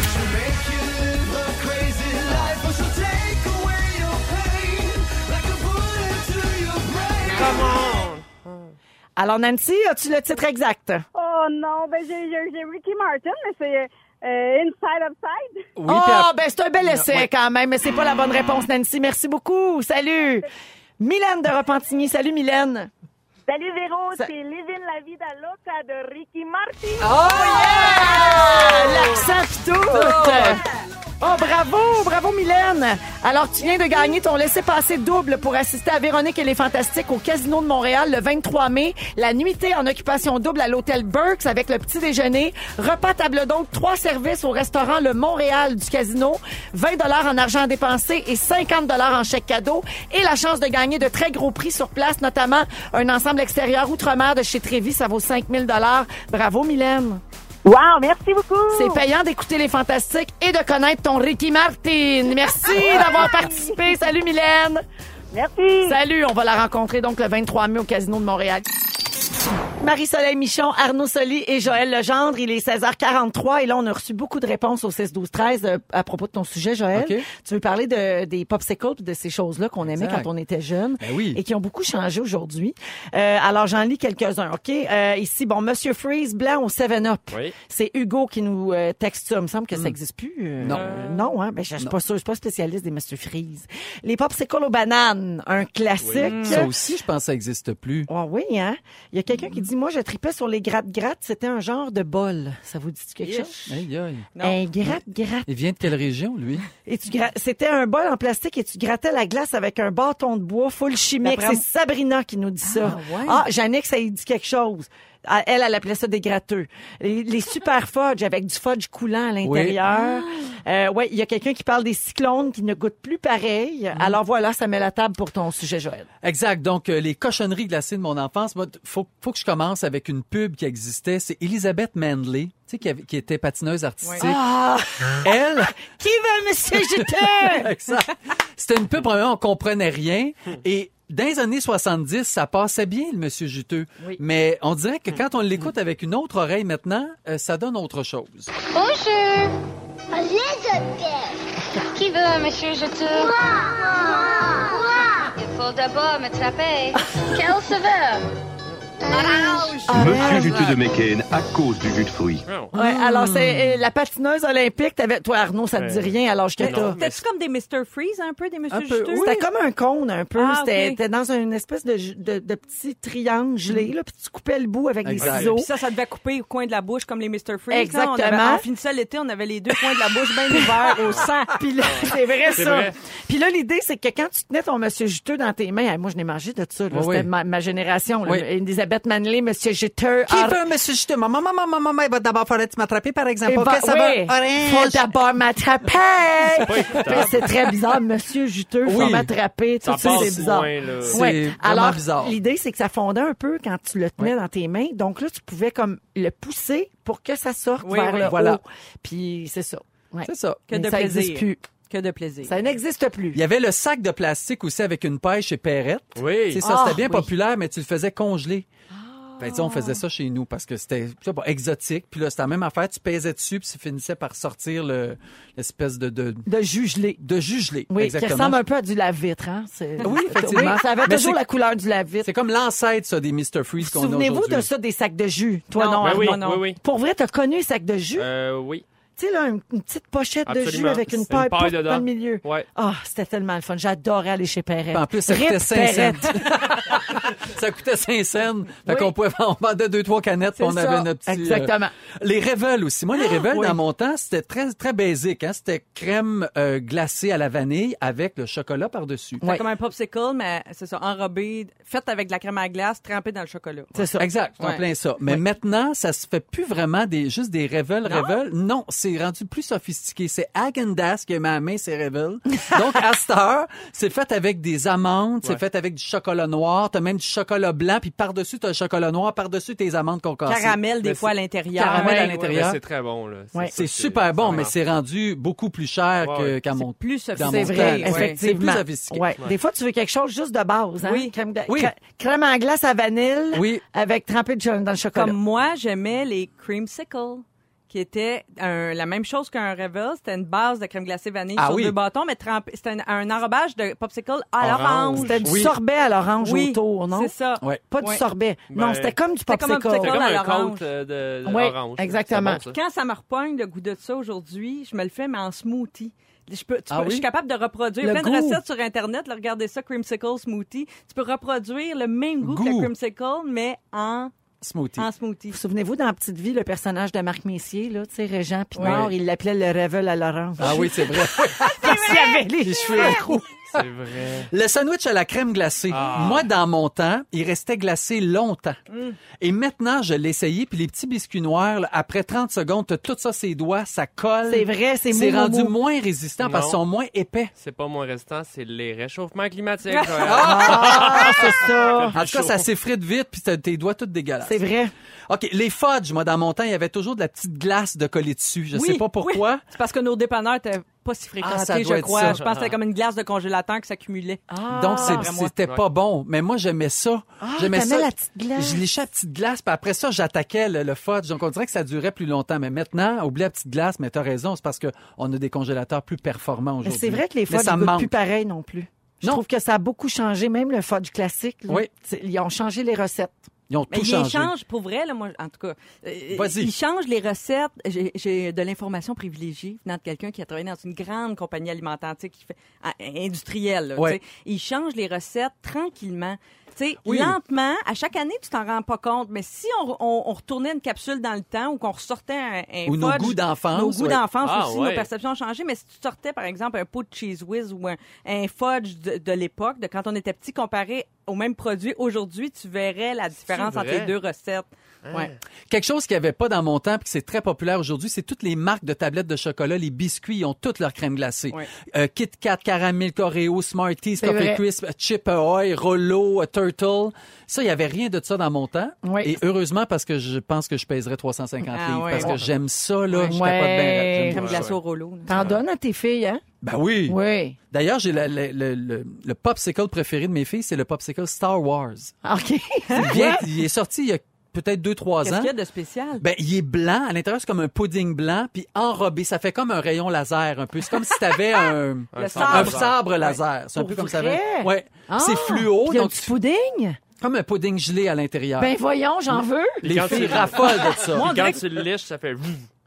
Speaker 3: Alors, Nancy, as-tu le titre exact?
Speaker 7: Oh non, ben j'ai j'ai- j'ai Ricky Martin, mais c'est euh, Inside Outside.
Speaker 5: Oui,
Speaker 3: Oh,
Speaker 5: puis après-
Speaker 3: ben c'est un bel essai
Speaker 5: Ouais.
Speaker 3: quand même, mais c'est pas la bonne réponse, Nancy. Merci beaucoup. Salut. Mylène de Repentigny. Salut, Mylène.
Speaker 7: Salut Véro,
Speaker 3: Ça-
Speaker 7: c'est Living la vida loca de Ricky Martin.
Speaker 3: Oh yeah! L'accent pis tout! Oh, bravo! Bravo, Mylène! Alors, tu viens de gagner ton laissez-passer double pour assister à Véronique et les Fantastiques au Casino de Montréal le vingt-trois mai. La nuitée en occupation double à l'hôtel Burks avec le petit déjeuner. Repas table d'hôte, trois services au restaurant Le Montréal du Casino. vingt dollars en argent dépensé et cinquante dollars en chèque cadeau. Et la chance de gagner de très gros prix sur place, notamment un ensemble extérieur outre-mer de chez Trévis. Ça vaut cinq mille dollars. Bravo, Mylène!
Speaker 7: Wow, merci beaucoup.
Speaker 3: C'est payant d'écouter les Fantastiques et de connaître ton Ricky Martin. Merci d'avoir participé. Salut, Mylène.
Speaker 7: Merci.
Speaker 3: Salut, on va la rencontrer donc le vingt-trois mai au Casino de Montréal. Marie-Soleil Michon, Arnaud Soli et Joël Legendre. Il est seize heures quarante-trois et là, on a reçu beaucoup de réponses au six douze treize euh, à propos de ton sujet, Joël.
Speaker 5: Okay.
Speaker 3: Tu veux parler de, des popsicles et de ces choses-là qu'on aimait
Speaker 5: Exact.
Speaker 3: quand on était jeunes
Speaker 5: Ben oui.
Speaker 3: et qui ont beaucoup changé aujourd'hui. Euh, alors, j'en lis quelques-uns, OK? Euh, ici, bon, Monsieur Freeze, blanc au seven up.
Speaker 4: Oui.
Speaker 3: C'est Hugo qui nous euh, texte ça. Il me semble que ça
Speaker 5: Mm.
Speaker 3: n'existe plus. Euh,
Speaker 5: Non.
Speaker 3: euh, non, hein? Ben, je je suis pas sûre. Je suis pas spécialiste des Monsieur Freeze. Les popsicles aux bananes, un classique.
Speaker 5: Ça aussi, je pense que ça n'existe plus.
Speaker 3: Ah oui, hein? Il y a quelqu'un qui dit, moi, je tripais sur les gratte-gratte. C'était un genre de bol. Ça vous dit quelque
Speaker 2: Yes.
Speaker 3: chose?
Speaker 5: Aïe, aïe.
Speaker 3: Un gratte-gratte.
Speaker 5: Il vient de quelle région, lui?
Speaker 3: Et tu gra- C'était un bol en plastique et tu grattais la glace avec un bâton de bois full chimique.
Speaker 2: D'après-
Speaker 3: C'est Sabrina qui nous dit ça.
Speaker 2: Ah, ouais.
Speaker 3: Ah, Jannick, ça lui dit quelque chose. Ah, Elle, elle appelait ça des gratteux. Les, les super fudge avec du fudge coulant à l'intérieur. Euh, ouais, il y a quelqu'un qui parle des cyclones qui ne goûtent plus pareil. Alors voilà, ça met la table pour ton sujet, Joël.
Speaker 5: Exact. Donc, euh, les cochonneries glacées de mon enfance, moi, faut, faut que je commence avec une pub qui existait. C'est Elizabeth Manley, tu sais, qui, avait- qui était patineuse artistique.
Speaker 3: Ah!
Speaker 5: Elle,
Speaker 3: Qui veut Monsieur Jeter?
Speaker 5: exact. C'était une pub, premièrement, on comprenait rien. Et dans les années soixante-dix, ça passait bien, le Monsieur Juteux.
Speaker 3: Oui.
Speaker 5: Mais on dirait que quand on l'écoute avec une autre oreille maintenant, euh, ça donne autre chose.
Speaker 6: Bonjour. Elizabeth.
Speaker 8: Qui veut un monsieur juteux?
Speaker 6: Moi. Moi.
Speaker 8: Il faut d'abord me trapper. Quel saveur?
Speaker 9: Monsieur Juteux de McCain à cause du jus de fruits.
Speaker 4: Non.
Speaker 3: Ouais, alors c'est euh, la patineuse olympique. T'avais, toi, Arnaud, ça te dit
Speaker 4: Ouais.
Speaker 3: rien à l'âge que
Speaker 4: Non,
Speaker 3: t'as.
Speaker 4: mais
Speaker 2: C'était-tu comme des mister Freeze, un peu, des Monsieur
Speaker 3: Un peu.
Speaker 2: Juteux?
Speaker 3: C'était comme un cône, un peu.
Speaker 2: Ah,
Speaker 3: C'était
Speaker 2: ok.
Speaker 3: c'était dans une espèce de, de, de petit triangle gelé, là, puis tu coupais le bout avec
Speaker 5: Exact.
Speaker 3: des ciseaux.
Speaker 2: Puis ça, ça devait couper au coin de la bouche comme les mister Freeze.
Speaker 3: Exactement.
Speaker 2: Là, on, avait, on finissait l'été, on avait les deux coins de la bouche bien ouverts au sang.
Speaker 3: Puis là, c'est vrai,
Speaker 4: C'est
Speaker 3: ça.
Speaker 4: vrai.
Speaker 3: Puis là, l'idée, c'est que quand tu tenais ton Monsieur Juteux dans tes mains, hey, moi, je n'ai mangé de ça, là.
Speaker 5: Oui,
Speaker 3: C'était
Speaker 5: oui.
Speaker 3: ma, ma génération, là.
Speaker 5: Oui.
Speaker 3: Elisabeth Manley, Monsieur Juteux.
Speaker 5: Qui
Speaker 3: Ar-
Speaker 5: veut un Monsieur Juteux? Maman, maman, maman, maman, il va d'abord falloir te m'attraper, par exemple.
Speaker 3: Et
Speaker 5: OK,
Speaker 3: va-
Speaker 5: ça
Speaker 3: oui.
Speaker 5: va?
Speaker 3: Faut
Speaker 5: Orange.
Speaker 3: d'abord m'attraper.
Speaker 4: pas écoutable.
Speaker 3: Puis c'est très bizarre, Monsieur Juteux, faut
Speaker 5: Oui.
Speaker 3: m'attraper. Tout
Speaker 4: Ça
Speaker 3: ça,
Speaker 4: passe
Speaker 3: c'est bizarre.
Speaker 4: loin, là.
Speaker 5: C'est
Speaker 3: Ouais.
Speaker 5: vraiment
Speaker 3: Alors,
Speaker 5: bizarre.
Speaker 3: l'idée, c'est que ça fondait un peu quand tu le tenais dans tes mains. Donc là, tu pouvais comme le pousser pour que ça sorte
Speaker 2: Oui,
Speaker 3: vers
Speaker 2: oui.
Speaker 3: le
Speaker 5: Voilà.
Speaker 3: haut. Puis c'est ça. Ouais.
Speaker 5: C'est ça.
Speaker 2: Que
Speaker 3: Mais
Speaker 2: de
Speaker 3: ça
Speaker 2: plaisir.
Speaker 3: n'existe plus.
Speaker 2: Que de plaisir.
Speaker 3: Ça n'existe plus.
Speaker 5: Il y avait le sac de plastique aussi avec une paille chez Perrette.
Speaker 4: Oui.
Speaker 5: C'est ça,
Speaker 3: Ah,
Speaker 5: c'était bien
Speaker 3: oui.
Speaker 5: populaire, mais tu le faisais congeler. Ben, tu sais, on faisait ça chez nous parce que c'était je sais pas, exotique. Puis là, c'était la même affaire. Tu pesais dessus, puis ça finissait par sortir le, l'espèce de, de,
Speaker 3: De jus gelé.
Speaker 5: de jus gelé.
Speaker 3: Oui,
Speaker 5: exactement.
Speaker 3: qui ressemble un peu à du lave-vitre, hein? C'est-
Speaker 5: Oui, effectivement.
Speaker 3: Oui, ça avait
Speaker 5: Mais
Speaker 3: toujours
Speaker 5: c'est-
Speaker 3: la couleur du lave-vitre.
Speaker 5: C'est comme l'ancêtre, ça, des mister Freeze qu'on a aujourd'hui.
Speaker 3: Souvenez-vous de ça, des sacs de jus? Toi, non,
Speaker 2: Non,
Speaker 4: Ben
Speaker 3: Arnaud?
Speaker 4: oui,
Speaker 2: non.
Speaker 4: oui, oui.
Speaker 3: Pour vrai, t'as connu les sacs de jus?
Speaker 4: Euh, oui.
Speaker 3: Tu sais, là, une, une petite pochette de jus
Speaker 4: Absolument.
Speaker 3: avec une
Speaker 4: C'est
Speaker 3: paille,
Speaker 4: une paille
Speaker 3: pouf,
Speaker 4: dedans.
Speaker 3: dans le milieu.
Speaker 4: Ouais.
Speaker 3: Ah, c'était tellement le fun. J'adorais aller chez Perrette.
Speaker 5: Puis en plus, ça
Speaker 3: Rip
Speaker 5: coûtait cinq
Speaker 3: Perrette.
Speaker 5: cents. Ça coûtait cinq cents. Fait
Speaker 3: Oui.
Speaker 5: qu'on pouvait, on vendait deux, trois canettes, puis
Speaker 3: C'est
Speaker 5: on avait
Speaker 3: ça.
Speaker 5: notre petit... euh,
Speaker 3: Exactement.
Speaker 5: Les Révels aussi. Moi, les Révels,
Speaker 3: oui.
Speaker 5: dans mon temps, c'était très, très basique, hein. C'était crème euh, glacée à la vanille avec le chocolat par-dessus.
Speaker 2: C'est comme un popsicle, mais c'est ça, enrobé, fait avec de la crème à glace, trempé dans le chocolat.
Speaker 3: C'est ça.
Speaker 5: Exact, c'est en
Speaker 2: Ouais.
Speaker 5: plein ça. Mais maintenant, ça se fait plus vraiment des juste des Révels, Révels. Non, c'est rendu plus sophistiqué. C'est Häagen-Dazs qui a mis à la main ces Révels. Donc, à cette heure, c'est fait avec des amandes, c'est
Speaker 4: Ouais.
Speaker 5: fait avec du chocolat noir, t'as même du chocolat blanc, puis par-dessus, t'as le chocolat noir, par-dessus, tes amandes concassées.
Speaker 2: Caramel, des
Speaker 4: Mais
Speaker 2: fois, à
Speaker 4: c'est-
Speaker 2: l'intérieur.
Speaker 5: Caramel à
Speaker 2: Ouais,
Speaker 5: l'intérieur.
Speaker 4: Mais c'est très bon, là.
Speaker 3: Ouais.
Speaker 4: ça,
Speaker 5: C'est super bon, mais
Speaker 4: vraiment-
Speaker 5: c'est rendu beaucoup plus cher
Speaker 4: Ouais,
Speaker 5: que,
Speaker 4: ouais.
Speaker 5: qu'à mon
Speaker 2: plus
Speaker 5: dans
Speaker 2: sophistiqué.
Speaker 5: mon
Speaker 3: C'est
Speaker 5: temps.
Speaker 3: vrai,
Speaker 2: Ouais.
Speaker 3: effectivement.
Speaker 5: C'est plus sophistiqué.
Speaker 3: Ouais. Des fois, tu veux quelque chose juste de base, hein?
Speaker 2: Oui.
Speaker 3: Crème, de-
Speaker 5: Oui.
Speaker 3: cra- crème en glace à vanille.
Speaker 5: Oui.
Speaker 3: Avec trempé de cho- dans le chocolat.
Speaker 2: Comme moi, j'aimais les creamsicles, qui étaient un- la même chose qu'un Revel. C'était une base de crème glacée vanille
Speaker 5: Ah
Speaker 2: sur
Speaker 5: oui.
Speaker 2: deux bâtons, mais trempé, c'était un, un enrobage de popsicle à
Speaker 4: Orange.
Speaker 2: l'orange.
Speaker 3: C'était du
Speaker 5: Oui.
Speaker 3: sorbet à l'orange
Speaker 2: Oui,
Speaker 3: autour, non?
Speaker 2: c'est ça.
Speaker 5: Ouais.
Speaker 3: Pas du
Speaker 2: Ouais.
Speaker 3: sorbet.
Speaker 4: Ben,
Speaker 3: non, c'était comme du
Speaker 2: c'était comme un
Speaker 3: popsicle.
Speaker 2: petit
Speaker 4: C'est comme
Speaker 2: à
Speaker 4: un
Speaker 2: l'orange.
Speaker 4: côte euh, de, de
Speaker 3: Oui,
Speaker 4: orange.
Speaker 3: exactement.
Speaker 4: C'est bon, ça.
Speaker 2: Quand ça me repogne le goût de ça aujourd'hui, je me le fais, mais en smoothie. Je, peux, tu
Speaker 5: Ah
Speaker 2: peux-
Speaker 5: oui?
Speaker 2: je suis capable de reproduire
Speaker 3: Le
Speaker 2: plein de
Speaker 3: goût.
Speaker 2: recettes sur Internet. Là, regardez ça, creamsicle smoothie. Tu peux reproduire le même goût, que
Speaker 5: Goût.
Speaker 2: le creamsicle, mais en,
Speaker 5: Smoothie.
Speaker 2: en smoothie.
Speaker 3: Vous souvenez-vous dans Petite Vie, le personnage de Marc Messier, là, tu sais, Régent Pinard,
Speaker 5: Oui.
Speaker 3: il l'appelait le Revel à l'orange.
Speaker 5: Ah oui, c'est vrai.
Speaker 3: Parce qu'il avait les cheveux roux.
Speaker 4: C'est vrai.
Speaker 5: Le sandwich à la crème glacée.
Speaker 4: Ah.
Speaker 5: Moi, dans mon temps, il restait glacé longtemps.
Speaker 3: Mm.
Speaker 5: Et maintenant, je l'ai essayé, puis les petits biscuits noirs, là, après trente secondes, t'as tout ça ses doigts, ça colle.
Speaker 3: C'est vrai, c'est
Speaker 5: C'est
Speaker 3: mou,
Speaker 5: rendu
Speaker 3: mou, mou.
Speaker 5: moins résistant parce
Speaker 4: Non.
Speaker 5: qu'ils sont moins épais.
Speaker 4: C'est pas moins restant, c'est les réchauffements climatiques. Joël.
Speaker 3: Ah, c'est ça.
Speaker 5: En tout cas, ça s'effrite vite, puis t'as tes doigts tous dégueulasses.
Speaker 3: C'est vrai.
Speaker 5: OK, les fudge, moi, dans mon temps, il y avait toujours de la petite glace de coller dessus. Je
Speaker 2: Oui,
Speaker 5: sais pas pourquoi.
Speaker 2: C'est parce que nos dépanneurs étaient pas si fréquenté,
Speaker 5: Ah, ça
Speaker 2: je
Speaker 5: doit être
Speaker 2: crois.
Speaker 5: ça.
Speaker 2: Je pense que c'était comme une glace de congélateur qui s'accumulait.
Speaker 3: Ah.
Speaker 5: Donc, c'est-
Speaker 2: D'après moi.
Speaker 5: c'était pas bon. Mais moi, j'aimais ça.
Speaker 3: Ah,
Speaker 5: j'aimais
Speaker 3: t'aimais
Speaker 5: ça.
Speaker 3: la petite glace.
Speaker 5: Je léchais la petite glace, puis après ça, j'attaquais le, le fudge. Donc, on dirait que ça durait plus longtemps. Mais maintenant, oublie la petite glace, mais t'as raison, c'est parce qu'on a des congélateurs plus performants
Speaker 3: Mais
Speaker 5: aujourd'hui.
Speaker 3: c'est vrai que les
Speaker 5: Mais
Speaker 3: fudge
Speaker 5: ça
Speaker 3: ne
Speaker 5: me
Speaker 3: goûtent
Speaker 5: manque.
Speaker 3: plus pareil non plus. Je
Speaker 5: Non.
Speaker 3: trouve que ça a beaucoup changé, même le fudge classique. là.
Speaker 5: Oui.
Speaker 3: C'est- Ils ont changé les recettes.
Speaker 5: Ils ont
Speaker 2: Mais
Speaker 5: tout
Speaker 2: ils
Speaker 5: changé.
Speaker 2: changent, pour vrai, là, moi, en tout cas. euh,
Speaker 5: Vas-y.
Speaker 2: Ils changent les recettes. J'ai, j'ai de l'information privilégiée venant de quelqu'un qui a travaillé dans une grande compagnie alimentaire, tu sais, qui fait ah, industrielle. là,
Speaker 5: Ouais.
Speaker 2: tu sais. Ils changent les recettes tranquillement. Tu sais,
Speaker 5: Oui.
Speaker 2: lentement, à chaque année, tu t'en rends pas compte, mais si on, on, on retournait une capsule dans le temps ou qu'on ressortait un, un
Speaker 5: Ou nos
Speaker 2: fudge,
Speaker 5: goûts d'enfance,
Speaker 2: nos goûts
Speaker 5: ouais.
Speaker 2: d'enfance
Speaker 4: Ah,
Speaker 2: aussi,
Speaker 4: ouais.
Speaker 2: nos perceptions ont changé, mais si tu sortais, par exemple, un pot de Cheese Whiz ou un, un fudge de, de l'époque, de quand on était petit, comparé au même produit, aujourd'hui, tu verrais la différence entre
Speaker 4: vrai?
Speaker 2: les deux recettes. Ouais.
Speaker 5: Quelque chose qu'il n'y avait pas dans mon temps, puis que c'est très populaire aujourd'hui, c'est toutes les marques de tablettes de chocolat. Les biscuits, ils ont toutes leur crème glacée.
Speaker 2: Ouais.
Speaker 5: Euh, Kit Kat, Caramel, Oreo, Smarties,
Speaker 3: C'est
Speaker 5: Coffee
Speaker 3: vrai.
Speaker 5: Crisp, Chip Ahoy, Rollo, euh, Turtle. Ça, il n'y avait rien de ça dans mon temps.
Speaker 3: Oui.
Speaker 5: Et heureusement, parce que je pense que je pèserais trois cent cinquante
Speaker 2: Ah
Speaker 5: livres.
Speaker 2: ouais.
Speaker 5: Parce que
Speaker 2: Ouais.
Speaker 5: j'aime ça, là.
Speaker 2: Ouais.
Speaker 5: Je capote bien.
Speaker 3: Ouais.
Speaker 5: J'aime
Speaker 2: Crème
Speaker 5: ça.
Speaker 2: glacée au rouleau. là.
Speaker 3: T'en donnes à tes filles, hein?
Speaker 5: Ben oui.
Speaker 3: Oui.
Speaker 5: D'ailleurs, j'ai le, le, le, le, le popsicle préféré de mes filles, c'est le popsicle Star Wars.
Speaker 3: OK.
Speaker 5: Il, vient- il est sorti il y a peut-être deux, trois
Speaker 2: Qu'est-ce
Speaker 5: ans.
Speaker 2: qu'il y a de spécial?
Speaker 5: Ben, il est blanc. À l'intérieur, c'est comme un pudding blanc, puis enrobé. Ça fait comme un rayon laser, un peu. C'est comme si t'avais un,
Speaker 2: Le
Speaker 5: un
Speaker 2: sabre.
Speaker 5: sabre laser. C'est un
Speaker 3: Pour
Speaker 5: peu comme ça.
Speaker 3: vrai?
Speaker 5: Ouais.
Speaker 3: Ah,
Speaker 5: C'est fluo,
Speaker 3: puis il y a
Speaker 5: donc
Speaker 3: du pudding?
Speaker 5: comme un pudding gelé à l'intérieur.
Speaker 3: Ben voyons, j'en veux.
Speaker 5: Les
Speaker 4: quand
Speaker 5: filles
Speaker 4: tu-
Speaker 5: raffolent de ça.
Speaker 2: Moi, on
Speaker 4: Quand
Speaker 2: dirait
Speaker 4: tu le lèches, ça fait...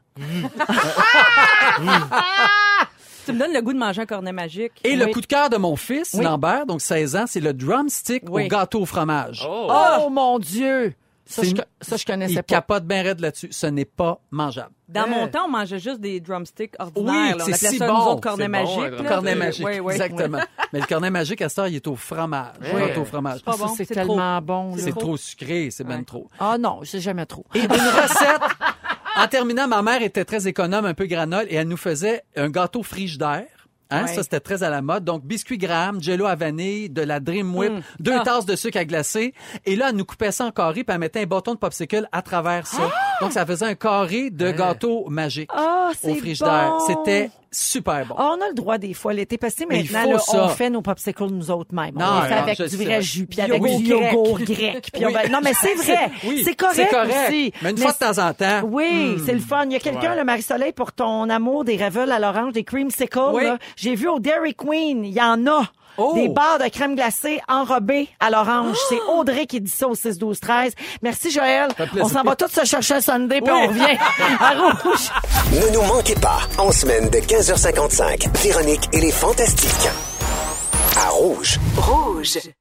Speaker 2: Tu me donnes le goût de manger un cornet magique.
Speaker 5: Et le
Speaker 2: Oui.
Speaker 5: coup de cœur de mon fils,
Speaker 3: Oui.
Speaker 5: Lambert, donc seize ans, c'est le drumstick
Speaker 2: Oui.
Speaker 5: au gâteau au fromage.
Speaker 4: Oh!
Speaker 3: Oh, mon Dieu! Ça,
Speaker 5: C'est
Speaker 3: je,
Speaker 5: une-
Speaker 3: ça, je connaissais
Speaker 5: Il
Speaker 3: pas.
Speaker 5: capote bien raide là-dessus. Ce n'est pas mangeable.
Speaker 2: Dans
Speaker 3: Euh.
Speaker 2: mon temps, on mangeait juste des drumsticks ordinaires.
Speaker 5: Oui,
Speaker 2: là. On
Speaker 5: c'est
Speaker 2: appelait
Speaker 5: si
Speaker 2: ça,
Speaker 5: bon.
Speaker 2: nous autres, cornet
Speaker 4: C'est bon,
Speaker 2: magique.
Speaker 4: un
Speaker 2: là.
Speaker 5: Le cornet
Speaker 2: Euh,
Speaker 5: magique,
Speaker 2: oui, oui.
Speaker 5: exactement. Mais le cornet magique, à ce temps, il est au fromage.
Speaker 4: Ouais.
Speaker 5: Pas au fromage.
Speaker 2: pas
Speaker 3: Ça,
Speaker 2: bon,
Speaker 3: c'est
Speaker 2: c'est
Speaker 3: tellement bon. là.
Speaker 5: C'est trop sucré, c'est ben
Speaker 2: Ouais.
Speaker 5: trop.
Speaker 3: Ah non, c'est jamais trop.
Speaker 5: Et une recette. En terminant, ma mère était très économe, un peu granole, et elle nous faisait un gâteau frigidaire. Hein,
Speaker 3: Ouais.
Speaker 5: Ça, c'était très à la mode. Donc, biscuits Graham, Jello à vanille, de la Dream Whip,
Speaker 2: Mm.
Speaker 5: deux
Speaker 2: Ah.
Speaker 5: tasses de sucre à glacer. Et là, elle nous coupait ça en carré, puis elle mettait un bâton de popsicle à travers ça. Donc, ça faisait un carré de gâteau magique
Speaker 3: Ah, c'est
Speaker 5: au frigidaire.
Speaker 3: bon.
Speaker 5: C'était super bon.
Speaker 3: Ah, on a le droit des fois l'été parce que
Speaker 5: Mais il
Speaker 3: maintenant
Speaker 5: faut
Speaker 3: là,
Speaker 5: ça.
Speaker 3: on fait nos popsicles nous autres mêmes.
Speaker 5: Non,
Speaker 3: on les fait
Speaker 5: non,
Speaker 3: avec
Speaker 5: je
Speaker 3: du
Speaker 5: sais.
Speaker 3: vrai jus puis
Speaker 5: Yogourt
Speaker 3: avec du
Speaker 5: grec.
Speaker 3: yogourt grec. Puis on
Speaker 5: Oui.
Speaker 3: va- Non mais c'est vrai,
Speaker 5: Oui,
Speaker 3: c'est correct, aussi.
Speaker 5: Mais une fois de temps en temps.
Speaker 3: Oui,
Speaker 5: hmm.
Speaker 3: c'est le fun. Il y a quelqu'un,
Speaker 4: Ouais.
Speaker 3: le Marie-Soleil, pour ton amour des Revels à l'orange, des creamsicles.
Speaker 2: Oui.
Speaker 3: là. J'ai vu au Dairy Queen, il y en a.
Speaker 5: Oh!
Speaker 3: Des barres de crème glacée enrobées à l'orange. C'est Audrey qui dit ça au six douze treize. Merci Joël.
Speaker 5: plaisir.
Speaker 3: On s'en va tous se chercher un Sunday puis on revient à Rouge.
Speaker 1: Ne nous manquez pas, en semaine de quinze heures cinquante-cinq, Véronique et les Fantastiques. À Rouge.
Speaker 10: Rouge.